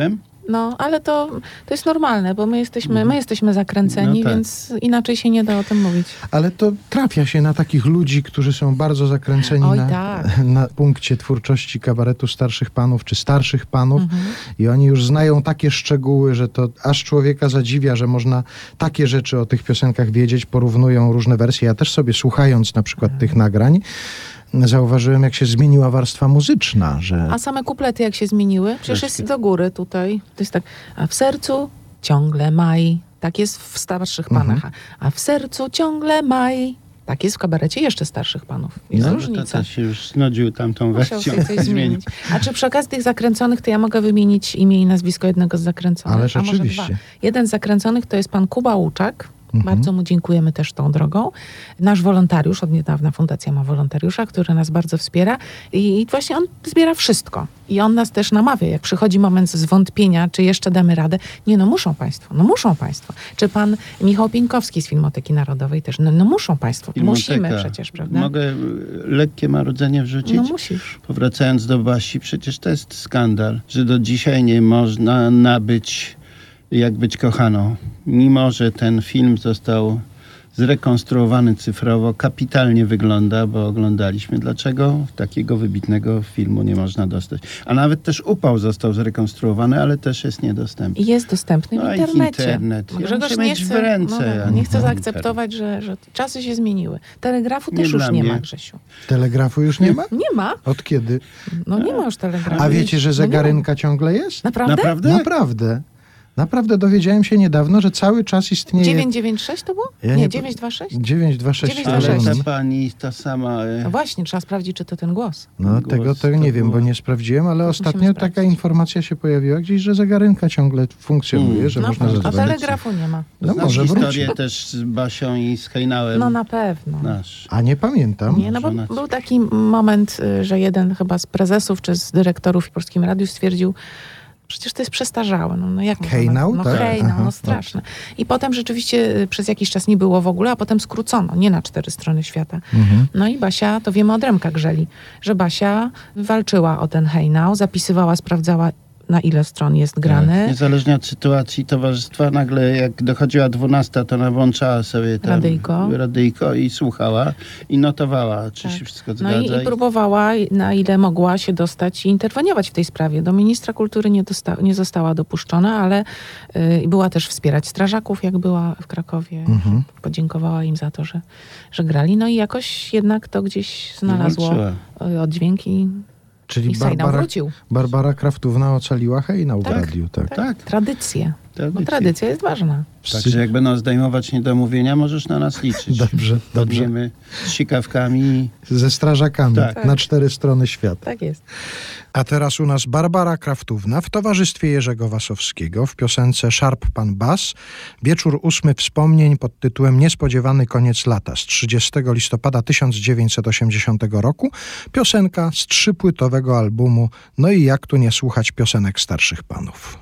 No, ale to, to jest normalne, bo my jesteśmy, my jesteśmy zakręceni, No tak. więc inaczej się nie da o tym mówić. Ale to trafia się na takich ludzi, którzy są bardzo zakręceni Oj, na, tak. na punkcie twórczości kabaretu starszych panów czy starszych panów Mhm. i oni już znają takie szczegóły, że to aż człowieka zadziwia, że można takie rzeczy o tych piosenkach wiedzieć, porównują różne wersje. Ja też sobie słuchając na przykład tych nagrań zauważyłem, jak się zmieniła warstwa muzyczna, że A same kuplety jak się zmieniły? Przecież jest do góry tutaj. To jest tak, a w sercu ciągle maj. Tak jest w starszych panach. A w sercu ciągle maj. Tak jest w kabarecie jeszcze starszych panów. Jest No, różnica. Tata się już znudził tamtą Musiał wersją. sobie coś zmienić. A czy przy okazji tych zakręconych, to ja mogę wymienić imię i nazwisko jednego z zakręconych? Ależ a może oczywiście. dwa. Jeden z zakręconych to jest pan Kuba Łuczak. Mhm. Bardzo mu dziękujemy też tą drogą. Nasz wolontariusz, od niedawna fundacja ma wolontariusza, który nas bardzo wspiera i właśnie on zbiera wszystko. I on nas też namawia, jak przychodzi moment zwątpienia, czy jeszcze damy radę. Nie, no muszą państwo, no muszą państwo. Czy pan Michał Pieńkowski z Filmoteki Narodowej też, no, no muszą państwo, Filmoteka. musimy przecież, prawda? Mogę y, lekkie marudzenie wrzucić? No musisz. Powracając do Basi, przecież to jest skandal, że do dzisiaj nie można nabyć Jak być kochaną. Mimo że ten film został zrekonstruowany cyfrowo, kapitalnie wygląda, bo oglądaliśmy. Dlaczego takiego wybitnego filmu nie można dostać? A nawet też Upał został zrekonstruowany, ale też jest niedostępny. I jest dostępny w No i internecie. internet. Ja Grzegorz muszę nie mieć chce, w ręce, no, a nie nie chce w zaakceptować, że, że czasy się zmieniły. Telegrafu Nie też już dla nie mnie. ma, Grzesiu. telegrafu już nie ma? Nie ma? Od kiedy? No nie ma już telegrafu. A wiecie, że No nie ma. zegarynka ciągle jest? Naprawdę? Naprawdę? Naprawdę. Naprawdę dowiedziałem się niedawno, że cały czas istnieje... dziewięćset dziewięćdziesiąt sześć to było? Ja nie, nie- dziewięćset dwadzieścia sześć? dziewięćset dwadzieścia sześć. dziewięćset dwadzieścia Ale sześć. ta pani, ta sama... e, No właśnie, trzeba sprawdzić, czy to ten głos. No Głos tego to to nie wiem, było. bo nie sprawdziłem, ale ostatnio sprawdzić. taka informacja się pojawiła gdzieś, że zegarynka ciągle funkcjonuje, Mm. że No, można a zadzwonić. telegrafu nie ma. No znasz może historię wróci. też z Basią i z Hejnałem. No na pewno. Nasz. A nie pamiętam. Nie, no bo Żona- był taki moment, y, że jeden chyba z prezesów czy z dyrektorów w Polskim Radiu stwierdził, przecież to jest przestarzałe. No, no jak można- Hejnał, No tak? hejnał, Aha, no straszne. I potem rzeczywiście y, przez jakiś czas nie było w ogóle, a potem skrócono, nie na cztery strony świata. Mhm. No i Basia, to wiemy od Remka Grzeli, że Basia walczyła o ten hejnał, zapisywała, sprawdzała, na ile stron jest grany. Tak, niezależnie od sytuacji towarzystwa, nagle jak dochodziła dwunasta, to ona włączała sobie tam Radyjko. radyjko i słuchała i notowała, czy Tak. się wszystko No i, zgadza. i próbowała, na ile mogła się dostać i interweniować w tej sprawie. Do ministra kultury nie, dosta- nie została dopuszczona, ale y, była też wspierać strażaków, jak była w Krakowie. Mhm. Podziękowała im za to, że, że grali. No i jakoś jednak to gdzieś znalazło Walczyła. y, oddźwięk i, Czyli i Sejnał Barbara, wrócił. Barbara Kraftówna ocaliła hejnał w Tak, radiu. Tak. Tak, Tradycję. Bo tradycja. tradycja jest ważna. Także jak będą zdejmować niedomówienia, możesz na nas liczyć. Dobrze, dobrze. Będziemy z sikawkami. Ze strażakami Tak. na cztery strony świata. Tak jest. A teraz u nas Barbara Kraftówna w towarzystwie Jerzego Wasowskiego w piosence Sharp Pan Bass. Wieczór ósmy wspomnień pod tytułem Niespodziewany koniec lata z trzydziestego listopada tysiąc dziewięćset osiemdziesiątego roku. Piosenka z trzypłytowego albumu No i jak tu nie słuchać piosenek starszych panów.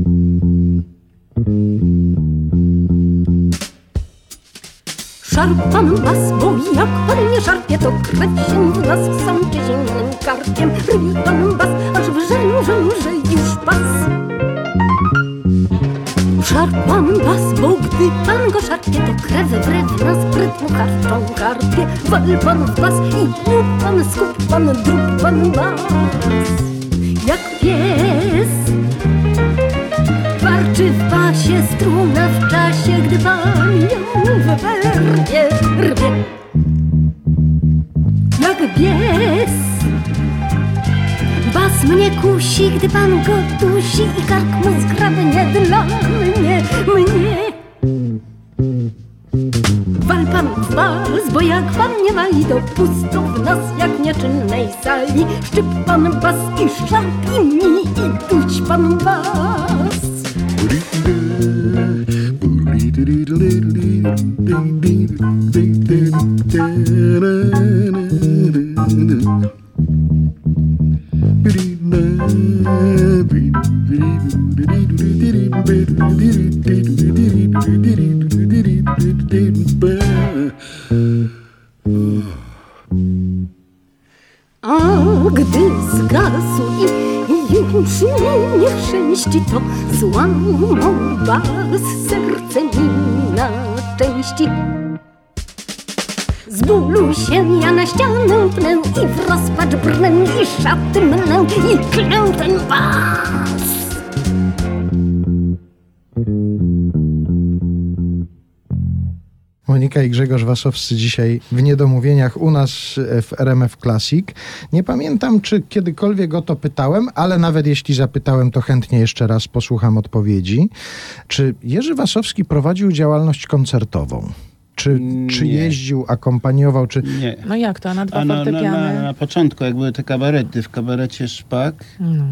Szarpan bas, bo jak pan nie szarpie, to krew się w nas sączy zimnym karkiem. Rybi pan bas, aż wrzęże już pas. Szarpan bas, bo gdy pan go szarpie, to krew wrew nas rytmu harczą karpie. Wal pan w bas i łup pan, skup pan, drup pan bas. Jak pies warczy w pasie struna w czasie, gdy pan ją wywerwie, rwie. Jak bies bas mnie kusi, gdy pan go dusi i kark mu zgrabnie dla mnie, mnie. Wal pan w bas, bo jak pan nie wali, to pusto w nas jak nieczynnej sali. Szczyp pan bas i szarpnij mi i duć pan bas. A gdy zgasł i niech szczęści to złamał bas, serce mi na części. Z bólu się ja na ścianę pnę i w rozpacz brnę i szaty mnę i klę ten bas. Monika i Grzegorz Wasowscy dzisiaj w Niedomówieniach u nas w R M F Classic. Nie pamiętam, czy kiedykolwiek o to pytałem, ale nawet jeśli zapytałem, to chętnie jeszcze raz posłucham odpowiedzi. Czy Jerzy Wasowski prowadził działalność koncertową? Czy, czy jeździł, akompaniował, czy... Nie. No jak to, a na dwa A no, fortepiany? no, na, na początku, jak były te kabarety, w kabarecie Szpak, No.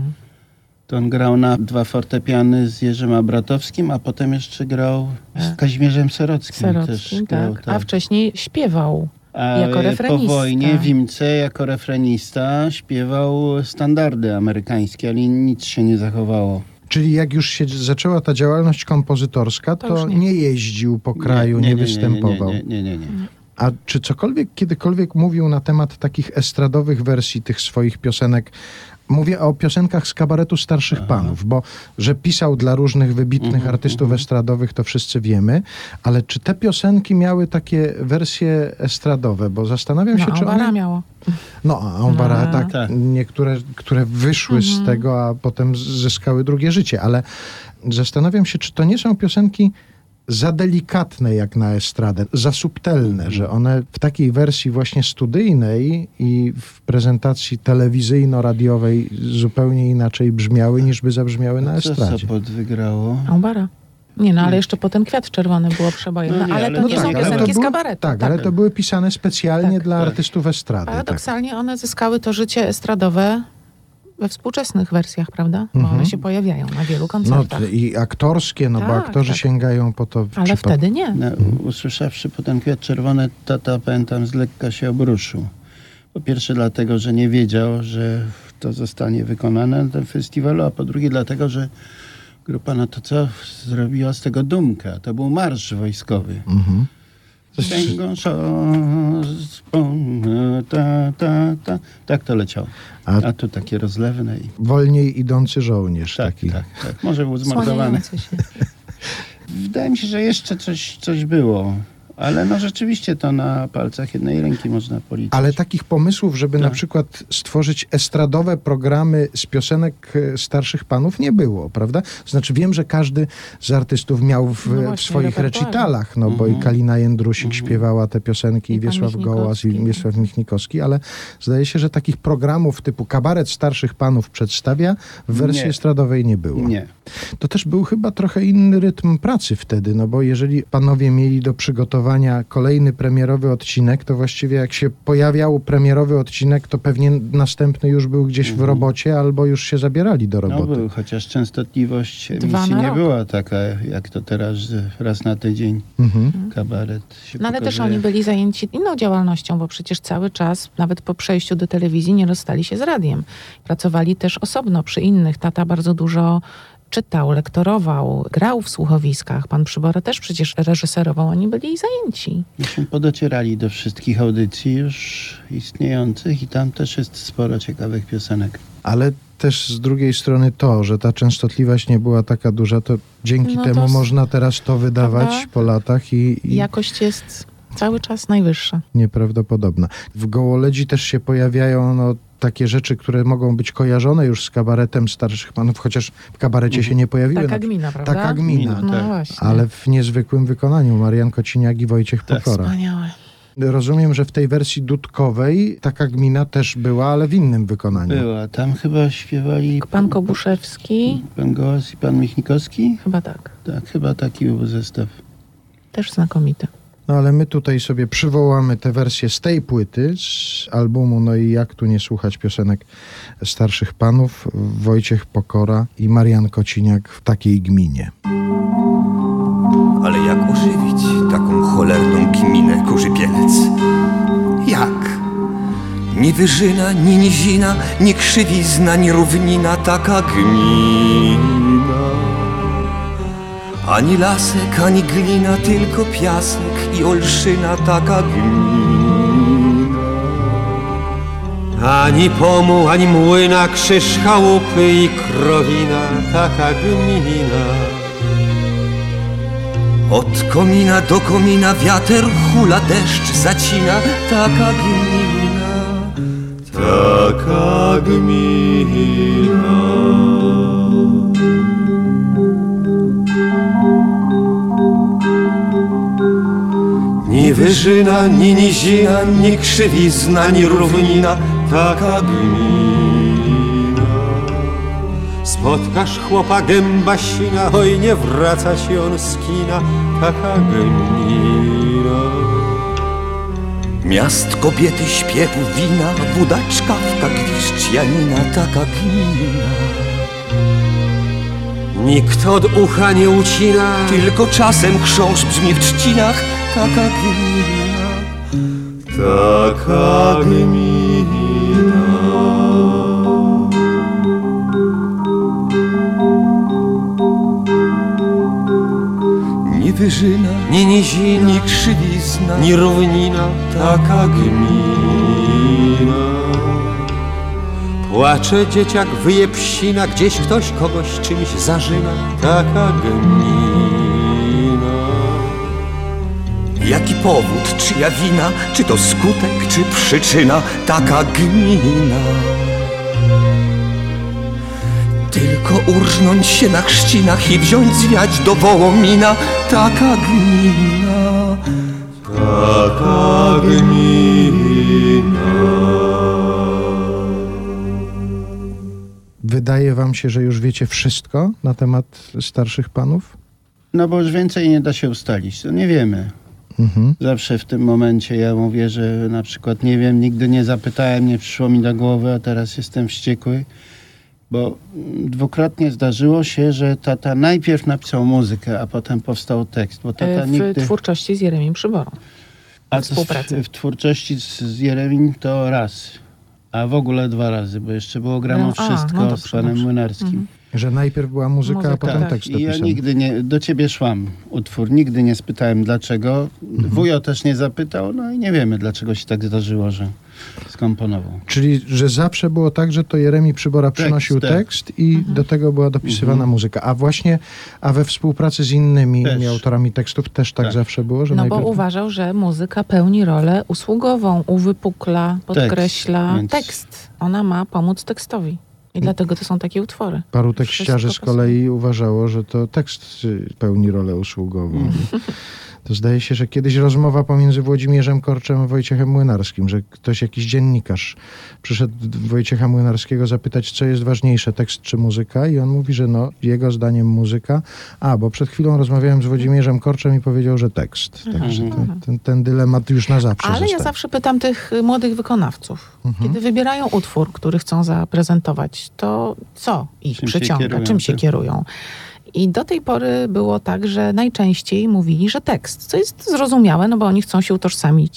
to on grał na dwa fortepiany z Jerzym Abratowskim, a potem jeszcze grał z Kazimierzem Serockim. Serockim, też grał, tak. A wcześniej śpiewał A jako refrenista. po wojnie w Imce jako refrenista śpiewał standardy amerykańskie, ale nic się nie zachowało. Czyli jak już się zaczęła ta działalność kompozytorska, to, To już nie. nie. nie jeździł po kraju, nie, nie, nie, występował. Nie, nie, nie, nie, nie. A czy cokolwiek, kiedykolwiek mówił na temat takich estradowych wersji tych swoich piosenek? Mówię o piosenkach z kabaretu Starszych Aha. Panów, bo że pisał dla różnych wybitnych Mhm, artystów mhm. estradowych, to wszyscy wiemy, ale czy te piosenki miały takie wersje estradowe? Bo zastanawiam No, się, czy Ambara one... miało. No, a Ambara, No. tak, Tak. niektóre, które wyszły Mhm. z tego, a potem zyskały drugie życie, ale zastanawiam się, czy to nie są piosenki za delikatne jak na estradę, za subtelne, że one w takiej wersji właśnie studyjnej i w prezentacji telewizyjno-radiowej zupełnie inaczej brzmiały, niż by zabrzmiały na Co estradzie. Sopot wygrało? Ambara. Nie, no ale jeszcze potem Kwiat Czerwony było przebojem. No No, nie, ale ale to no nie tak, są ale to piosenki z były- kabaretu. Tak, ale to były pisane specjalnie Tak, dla tak. artystów estrady. Tak. Paradoksalnie one zyskały to życie estradowe we współczesnych wersjach, prawda? Bo Mhm. one się pojawiają na wielu No koncertach. t- i aktorskie, no bo Tak, aktorzy tak. sięgają po to w Ale przypadku- wtedy nie. No, usłyszawszy potem Kwiat Czerwony, tata, pamiętam, z lekka się obruszył. Po pierwsze dlatego, że nie wiedział, że to zostanie wykonane na tym festiwalu, a po drugie dlatego, że grupa No to co zrobiła z tego dumkę. To był marsz wojskowy. Mhm. Księgą szoską, ta, ta, ta. Tak to leciało. A- A tu takie rozlewne i... Wolniej idący żołnierz. Tak, taki. tak, tak. Może był zmordowany. Słaniający się. Wydaje mi się, że jeszcze coś, coś było. Ale no rzeczywiście to na palcach jednej ręki można policzyć. Ale takich pomysłów, żeby na Tak. przykład stworzyć estradowe programy z piosenek e, Starszych Panów nie było, prawda? Znaczy wiem, że każdy z artystów miał w, No w właśnie, swoich repertuarze. recitalach, no bo i Mhm. Kalina Jędrusik Mhm. śpiewała te piosenki, i I pan Wiesław Gołas, i Michnikowski. Wiesław Michnikowski, ale zdaje się, że takich programów typu Kabaret Starszych Panów przedstawia w wersji Nie. estradowej nie było. Nie. To też był chyba trochę inny rytm pracy wtedy, no bo jeżeli panowie mieli do przygotowania kolejny premierowy odcinek, to właściwie jak się pojawiał premierowy odcinek, to pewnie następny już był gdzieś w Mhm. robocie, albo już się zabierali do No roboty. był, chociaż częstotliwość Dwa emisji na nie rok. była taka, jak to teraz, że raz na tydzień Mhm. kabaret się No ale też pokazuje. oni byli zajęci inną działalnością, bo przecież cały czas, nawet po przejściu do telewizji, nie rozstali się z radiem. Pracowali też osobno przy innych. Tata bardzo dużo czytał, lektorował, grał w słuchowiskach. Pan Przybora też przecież reżyserował. Oni byli zajęci. Myśmy podocierali do wszystkich audycji już istniejących i tam też jest sporo ciekawych piosenek. Ale też z drugiej strony to, że ta częstotliwość nie była taka duża, to dzięki No to temu s- można teraz to wydawać Prawda? po latach i, i Jakość jest cały czas najwyższa. nieprawdopodobna. W Gołoledzi też się pojawiają no, takie rzeczy, które mogą być kojarzone już z kabaretem Starszych Panów, chociaż w kabarecie się nie pojawiły. Taka na- gmina, prawda? Taka gmina, No tak. właśnie. ale w niezwykłym wykonaniu. Marian Kociniak i Wojciech Tak. Pokora. Wspaniałe. Rozumiem, że w tej wersji dudkowej taka gmina też była, ale w innym wykonaniu. Była. Tam chyba śpiewali Pan Kobuszewski, pan Gołas i pan Michnikowski. chyba tak. Tak, chyba taki był zestaw. Też znakomity. No ale my tutaj sobie przywołamy te wersje z tej płyty, z albumu No i jak tu nie słuchać piosenek Starszych Panów, Wojciech Pokora i Marian Kociniak w takiej gminie. Ale jak ożywić taką cholerną gminę Kurzypielec? Jak? Ni wyżyna, ni nizina, ni krzywizna, ni równina taka gmina. Ani lasek, ani glina, tylko piasek i olszyna taka gmina. Ani pomuł, ani młyna, krzyż chałupy i krowina, taka gmina. Od komina do komina wiater hula, deszcz zacina, taka gmina, taka gmina. Ni wyżyna, ni nizina, ni krzywizna, ni równina, taka gmina. Spotkasz chłopa gęba sina, oj nie wraca ci on z kina, taka gmina. Miast, kobiety, śpiewu, wina, woda, czkawka, gwizdź, Janina, taka gmina. Nikt od ucha nie ucina, tylko czasem chrząszcz brzmi w trzcinach, taka gmina, taka gmina. Ni wyżyna, ni nizina, ni krzywizna, ni równina, taka gmina. Płacze dzieciak, wyje psina, gdzieś ktoś kogoś czymś zażyna, taka gmina. Jaki powód, czyja wina, czy to skutek, czy przyczyna, taka gmina. Tylko urżnąć się na chrzcinach i wziąć zwiać do Wołomina, taka gmina, taka gmina. Wydaje wam się, że już wiecie wszystko na temat starszych panów? No bo już więcej nie da się ustalić, to nie wiemy. Mhm. Zawsze w tym momencie ja mówię, że na przykład nie wiem, nigdy nie zapytałem, nie przyszło mi do głowy, a teraz jestem wściekły, bo dwukrotnie zdarzyło się, że tata najpierw napisał muzykę, a potem powstał tekst, bo tata W nigdy... twórczości z Jeremim Przyborą. A W współpracy. w, w twórczości z, z Jeremim to raz, a w ogóle dwa razy, bo jeszcze było grano No, a, wszystko no dobrze, z panem dobrze. Młynarskim. Mhm. Że najpierw była muzyka, Muzyka, a potem tak. tekst I ja dopisany. nigdy nie, do ciebie szłam utwór, nigdy nie spytałem dlaczego. Mhm. Wujo też nie zapytał, no i nie wiemy dlaczego się tak zdarzyło, że skomponował. Czyli, że zawsze było tak, że to Jeremi Przybora przynosił tak. tekst i Mhm. do tego była dopisywana Mhm. muzyka. A właśnie, a we współpracy z innymi Też. autorami tekstów też tak, Tak. zawsze było, że No bo najpierw... uważał, że muzyka pełni rolę usługową, uwypukla, podkreśla Więc- tekst. Ona ma pomóc tekstowi. I dlatego to są takie utwory. Paru tekściarzy z Wszystko pasuje. kolei uważało, że to tekst y, pełni rolę usługową. To zdaje się, że kiedyś rozmowa pomiędzy Włodzimierzem Korczem a Wojciechem Młynarskim, że ktoś, jakiś dziennikarz przyszedł do Wojciecha Młynarskiego zapytać, co jest ważniejsze, tekst czy muzyka, i on mówi, że no, jego zdaniem muzyka, a, bo przed chwilą rozmawiałem z Włodzimierzem Korczem i powiedział, że tekst. Także ten, ten, ten dylemat już na zawsze Ale zostaje. ja zawsze pytam tych y, młodych wykonawców, Mhm. kiedy wybierają utwór, który chcą zaprezentować, to co ich Czym się przyciąga, kierują, czym się tak? kierują. I do tej pory było tak, że najczęściej mówili, że tekst, co jest zrozumiałe, no bo oni chcą się utożsamić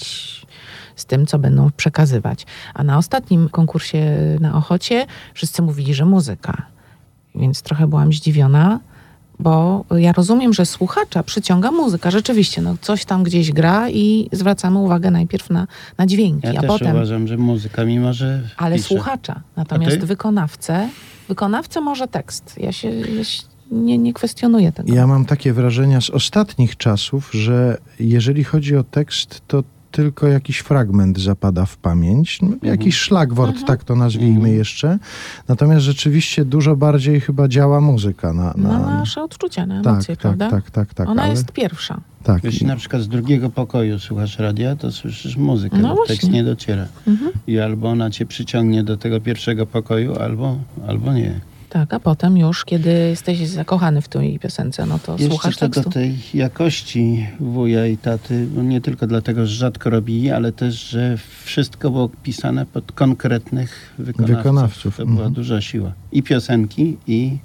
z tym, co będą przekazywać. A na ostatnim konkursie na Ochocie wszyscy mówili, że muzyka. Więc trochę byłam zdziwiona, bo ja rozumiem, że słuchacza przyciąga muzyka. Rzeczywiście, no coś tam gdzieś gra i zwracamy uwagę najpierw na, na dźwięki, Ja a też potem... uważam, że muzyka, mimo że Ale pisze. słuchacza. Natomiast A ty? wykonawcę, wykonawcę może tekst. Ja się, ja się nie, nie kwestionuję tego. Ja mam takie wrażenia z ostatnich czasów, że jeżeli chodzi o tekst, to tylko jakiś fragment zapada w pamięć, no, jakiś szlagwort, Mhm. tak to nazwijmy Mhm. jeszcze. Natomiast rzeczywiście dużo bardziej chyba działa muzyka na... na... Na nasze odczucia, na tak, emocje, tak, prawda? tak, tak, tak. Ona ale... jest pierwsza. Tak. Jeśli na przykład z drugiego pokoju słuchasz radia, to słyszysz muzykę, No bo właśnie. tekst nie dociera. Mhm. I albo ona cię przyciągnie do tego pierwszego pokoju, albo, albo nie. Tak, a potem już, kiedy jesteś zakochany w tej piosence, no to Jeszcze słuchasz co do tekstu. tej jakości wuja i taty, bo nie tylko dlatego, że rzadko robili, ale też, że wszystko było pisane pod konkretnych wykonawców. Wykonawców, To była mhm. duża siła. I piosenki, i,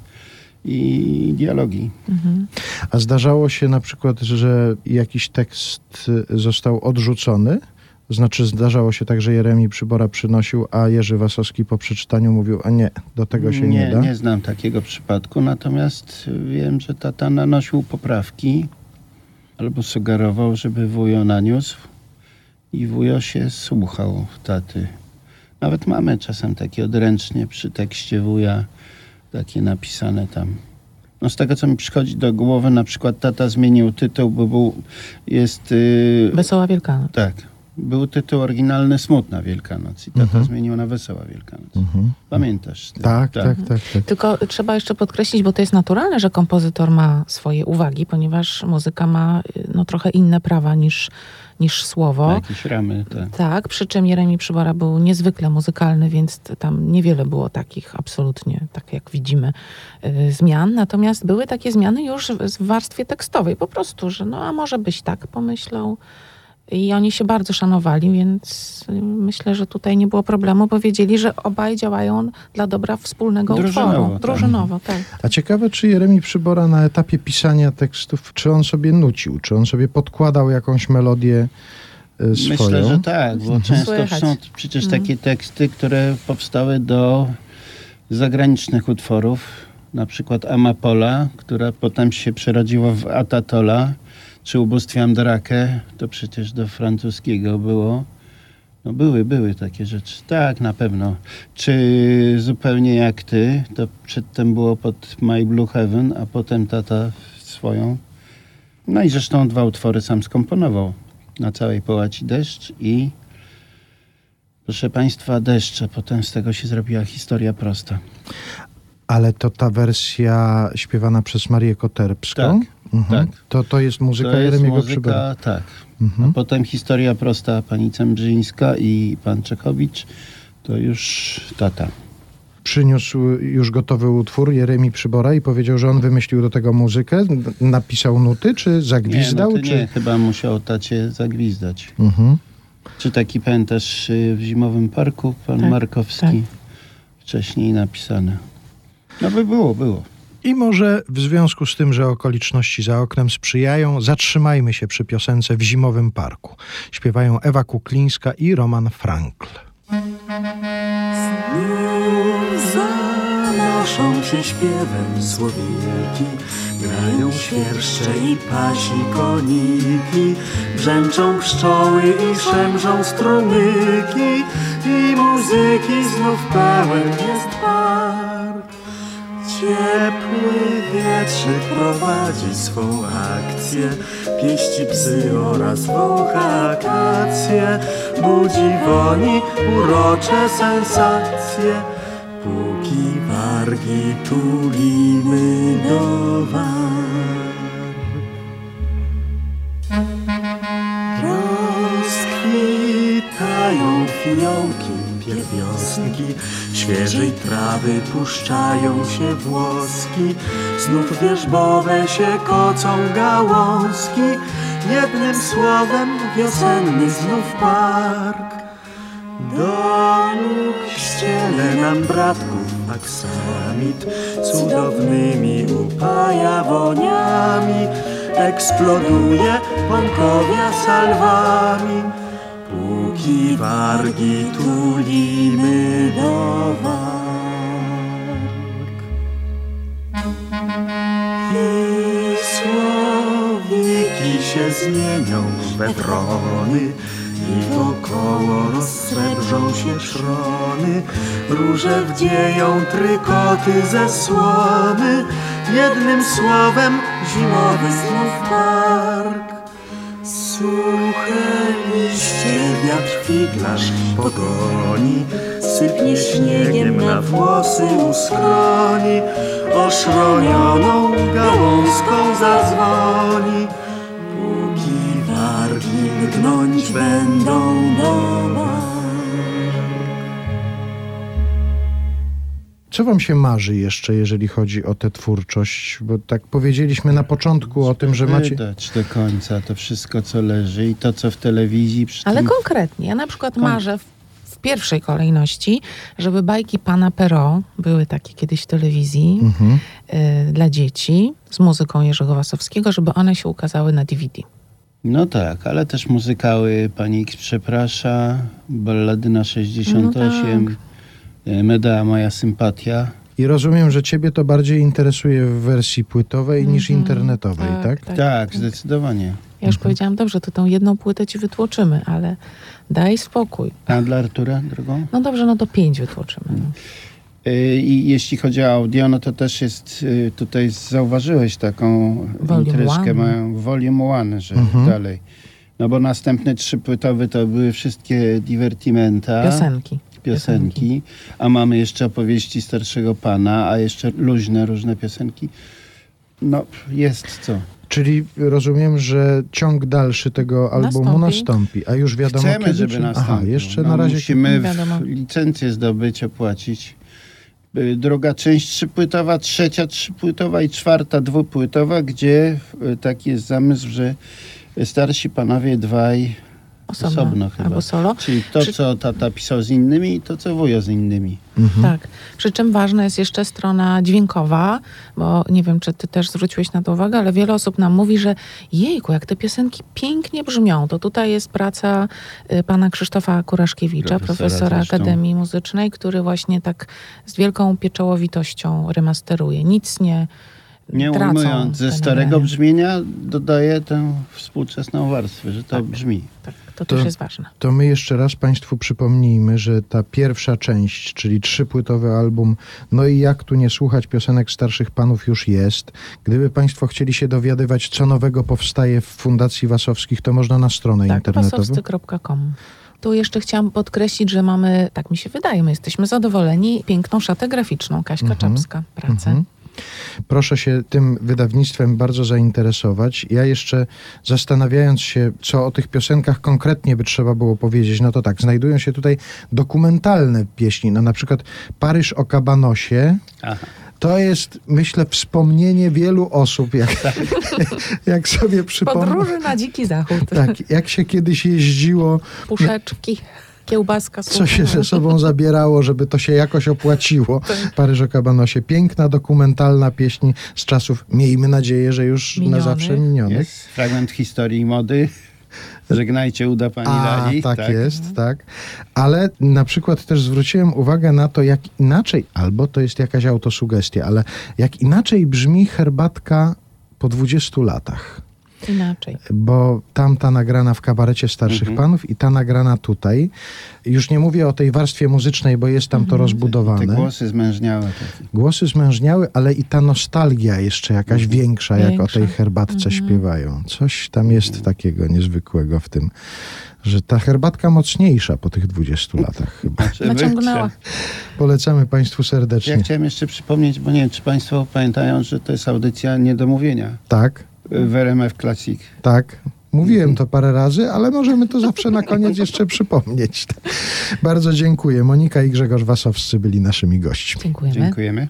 i dialogi. Mhm. A zdarzało się na przykład, że jakiś tekst y, został odrzucony? Znaczy zdarzało się tak, że Jeremi Przybora przynosił, a Jerzy Wasowski po przeczytaniu mówił, a nie, do tego się nie, nie, da? nie znam takiego przypadku, natomiast wiem, że tata nanosił poprawki albo sugerował, żeby wujo naniósł i wujo się słuchał taty. Nawet mamy czasem takie odręcznie przy tekście wuja, takie napisane tam. No z tego, co mi przychodzi do głowy, na przykład tata zmienił tytuł, bo był, jest... Yy, Wesoła Wielkanoc. tak. Był tytuł oryginalny Smutna Wielkanoc i tata Mhm. zmienił na Wesoła Wielkanoc. Mhm. Pamiętasz? Ty? Tak, tak, tak, tak. Tylko trzeba jeszcze podkreślić, bo to jest naturalne, że kompozytor ma swoje uwagi, ponieważ muzyka ma no, trochę inne prawa niż, niż słowo. Jakieś ramy, tak. Tak, przy czym Jeremi Przybora był niezwykle muzykalny, więc t- tam niewiele było takich absolutnie, tak jak widzimy, y, zmian. Natomiast były takie zmiany już w, w warstwie tekstowej. Po prostu, że no a może byś tak pomyślał. I oni się bardzo szanowali, więc y, myślę, że tutaj nie było problemu, bo wiedzieli, że obaj działają dla dobra wspólnego Drużynowo, utworu. tak. Drużynowo, tak. A ciekawe, czy Jeremi Przybora na etapie pisania tekstów, czy on sobie nucił, czy on sobie podkładał jakąś melodię y, swoją? Myślę, że tak, bo często Słychać. są przecież Mhm. takie teksty, które powstały do zagranicznych utworów, na przykład Amapola, która potem się przerodziła w Atatola, czy Ubóstwiam Drakę, to przecież do francuskiego było. No były, były takie rzeczy. Tak, na pewno. Czy Zupełnie jak ty, to przedtem było pod My Blue Heaven, a potem tata swoją. No i zresztą dwa utwory sam skomponował. Na całej połaci deszcz i proszę państwa Deszcze. Potem z tego się zrobiła historia prosta. Ale to ta wersja śpiewana przez Marię Koterbską? Tak, Mhm. tak. To, to jest muzyka To jest Jeremiego muzyka, Przybora. tak. Mhm. A potem historia prosta pani Cembrzyńska i pan Czechowicz, to już tata. Przyniósł już gotowy utwór Jeremi Przybora i powiedział, że on wymyślił do tego muzykę, n- napisał nuty, czy zagwizdał? Nie, no to czy... nie, chyba musiał tacie zagwizdać. Mhm. Czy taki pamiętasz y, w Zimowym Parku, pan Tak, Markowski, tak. wcześniej napisane. No by było, było. I może w związku z tym, że okoliczności za oknem sprzyjają, zatrzymajmy się przy piosence W Zimowym Parku. Śpiewają Ewa Kuklińska i Roman Frankl. Zanoszą się śpiewem słowiki, grają świerszcze i pasi koniki, brzęczą pszczoły i szemrzą strumyki i muzyki znów pełen jest park. Ciepły wietrzyk prowadzi swą akcję, pieści bzy oraz wącha akacje, budzi woni urocze sensacje, póki wargi tulimy do warg. Rozkwitają fiołki, pierwiostki, świeżej trawy puszczają się włoski, znów wierzbowe się kocą gałązki, jednym słowem wiosenny znów park. Do nóg ściele nam bratków aksamit, cudownymi upaja woniami, eksploduje Pąkowia salwami, póki wargi tulimy do warg. I słowiki się zmienią we wrony i wokoło rozsrebrzą się szrony, róże wdzieją trykoty ze słony, jednym słowem zimowy znów park. Suche liście wiatr figlarz pogoni, sypnie śniegiem na włosy u skroni, oszronioną gałązką zadzwoni, póki wargi lgnąć będą do warg. Co wam się marzy jeszcze, jeżeli chodzi o tę twórczość? Bo tak powiedzieliśmy na początku o tym, że macie... Wydać do końca to wszystko, co leży i to, co w telewizji. Przy Ale tym... konkretnie, ja na przykład Kon- marzę w, w pierwszej kolejności, żeby bajki pana Perrault, były takie kiedyś w telewizji, Mhm. y, dla dzieci, z muzyką Jerzego Wasowskiego, żeby one się ukazały na D V D. No tak, ale też muzykały Pani X przeprasza, Balladyna sześćdziesiąt osiem, No Medea Moja Sympatia. I rozumiem, że ciebie to bardziej interesuje w wersji płytowej Mhm. niż internetowej, Tak, tak? tak. Tak, zdecydowanie. Ja już powiedziałam, dobrze, to tą jedną płytę ci wytłoczymy, ale daj spokój. A dla Artura drugą? No dobrze, no to pięć wytłoczymy. No. Y, I jeśli chodzi o audio, no to też jest, y, tutaj zauważyłeś taką Volume intryskę, one. mają volume one, że Mhm. dalej. No bo następne trzy płytowe to były wszystkie divertimenta. Piosenki. Piosenki, a mamy jeszcze opowieści starszego pana, a jeszcze luźne różne piosenki. No, jest co. Czyli rozumiem, że ciąg dalszy tego albumu Nastąpi. nastąpi, a już wiadomo Chcemy, kiedy? żeby czy... nastąpił. Aha, jeszcze no, na razie... musimy Nie wiadomo. w licencję zdobyć, opłacić. Y, Druga część trzypłytowa, trzecia trzypłytowa i czwarta dwupłytowa, gdzie y, taki jest zamysł, że starsi panowie dwaj Osobno, osobno chyba. albo solo. Czyli to, Przy- co tata pisał z innymi i to, co wujo z innymi. Mhm. Tak. Przy czym ważna jest jeszcze strona dźwiękowa, bo nie wiem, czy ty też zwróciłeś na to uwagę, ale wiele osób nam mówi, że jejku, jak te piosenki pięknie brzmią. To tutaj jest praca y, pana Krzysztofa Kuraszkiewicza, Profesora profesora zresztą. Akademii Muzycznej, który właśnie tak z wielką pieczołowitością remasteruje. Nic nie Nie tracą ujmując ze te starego nagrania. brzmienia, dodaje tę współczesną warstwę, że to Tak. brzmi. Tak, to, To- też jest ważne. To my jeszcze raz Państwu przypomnijmy, że ta pierwsza część, czyli trzypłytowy album, no i jak tu nie słuchać piosenek starszych panów już jest. Gdyby Państwo chcieli się dowiadywać, co nowego powstaje w Fundacji Wasowskich, to można na stronę Tak, internetową. wasowscy kropka com. Tu jeszcze chciałam podkreślić, że mamy, tak mi się wydaje, my jesteśmy zadowoleni, piękną szatę graficzną, Kaśka Mhm. Czapska, pracę. Mhm. Proszę się tym wydawnictwem bardzo zainteresować. Ja jeszcze zastanawiając się, co o tych piosenkach konkretnie by trzeba było powiedzieć, no to tak, znajdują się tutaj dokumentalne pieśni, no na przykład Paryż o kabanosie. Aha. To jest, myślę, wspomnienie wielu osób, jak, jak sobie przypomnę. Podróży na dziki zachód. Tak, jak się kiedyś jeździło, Puszeczki, kiełbaska, co się ze sobą zabierało, żeby to się jakoś opłaciło. Paryż o kabanosie. Piękna, dokumentalna pieśń z czasów, miejmy nadzieję, że już Minionych. na zawsze minionych. Jest fragment historii i mody. Żegnajcie, uda pani A, Lali. tak, jest, tak. Ale na przykład też zwróciłem uwagę na to, jak inaczej, albo to jest jakaś autosugestia, ale jak inaczej brzmi herbatka po dwudziestu latach. Inaczej. Bo tamta nagrana w kabarecie starszych Mhm. panów i ta nagrana tutaj. Już nie mówię o tej warstwie muzycznej, bo jest tam to Te rozbudowane. głosy zmężniałe takie. Głosy zmężniały, ale i ta nostalgia jeszcze jakaś większa, jak o Większa. tej herbatce śpiewają. Coś tam jest takiego niezwykłego w tym, że ta herbatka mocniejsza po tych dwudziestu latach chyba. Znaczy, Naciągnęła. wykrze. Polecamy Państwu serdecznie. Ja chciałem jeszcze przypomnieć, bo nie wiem, czy państwo pamiętają, że to jest audycja Niedomówienia Tak, w R M F Classic. tak. Mówiłem to parę razy, ale możemy to zawsze na koniec jeszcze przypomnieć. Bardzo dziękuję. Monika i Grzegorz Wasowscy byli naszymi gośćmi. Dziękujemy. Dziękujemy.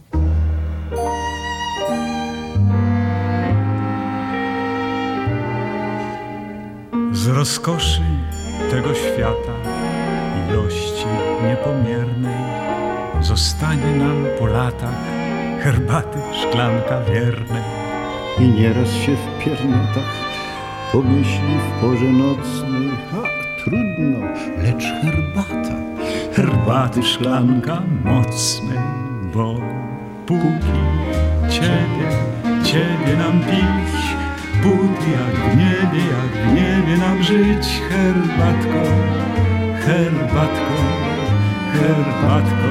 Z rozkoszy tego świata, ilości niepomiernej, zostanie nam po latach herbaty szklanka wiernej. I nieraz się w piernotach pomyśli w porze nocnej, a trudno, lecz herbata. Herbaty szklanka mocnej, bo póki ciebie, ciebie nam pić, póki jak w niebie, jak w niebie nam żyć, herbatką, herbatką, herbatką.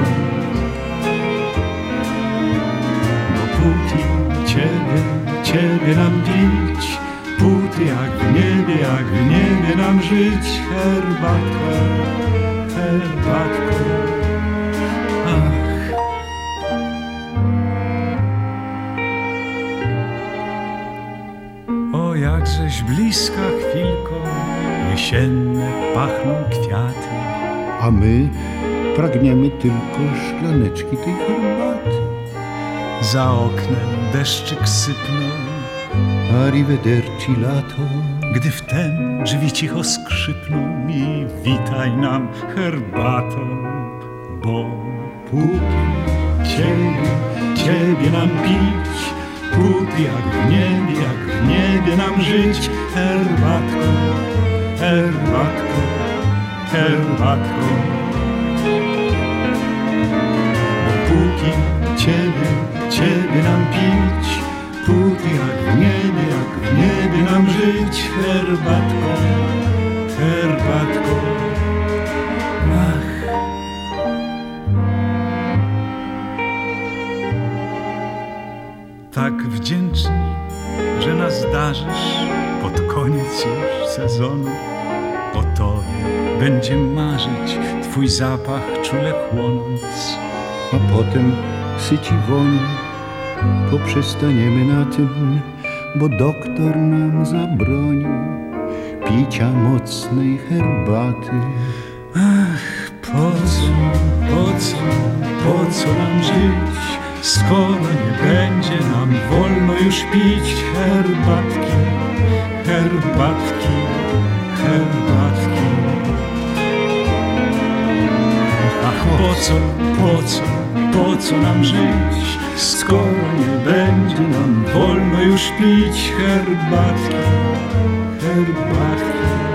Dopóki ciebie, ciebie nam pić, póty jak w niebie, jak w niebie nam żyć, herbatką, herbatką. Ach. O jakżeś bliska chwilko, jesienne pachną kwiaty. A my pragniemy tylko szklaneczki tej herbaty. Za oknem deszczyk sypnął, Arrivederci lato. gdy wtem drzwi cicho skrzypną i witaj nam herbatą, bo póki ciebie, ciebie nam pić, póty jak w niebie, jak w niebie nam żyć, herbatką, herbatką, herbatką. Dopóki ciebie, ciebie nam pić, póty jak w niebie, jak w niebie nam żyć. Herbatko, herbatko, ach. Tak wdzięczni, że nas darzysz pod koniec już sezonu. O tobie będzie marzyć twój zapach czule chłonąc. A potem syci woni, poprzestaniemy na tym, bo doktor nam zabronił picia mocnej herbaty. Ach, po co, po co, po co nam żyć, skoro nie będzie nam wolno już pić herbatki, herbatki, herbatki. Ach, po co, po co, po co nam żyć, skoro nie będzie nam wolno już pić herbatki, herbatki.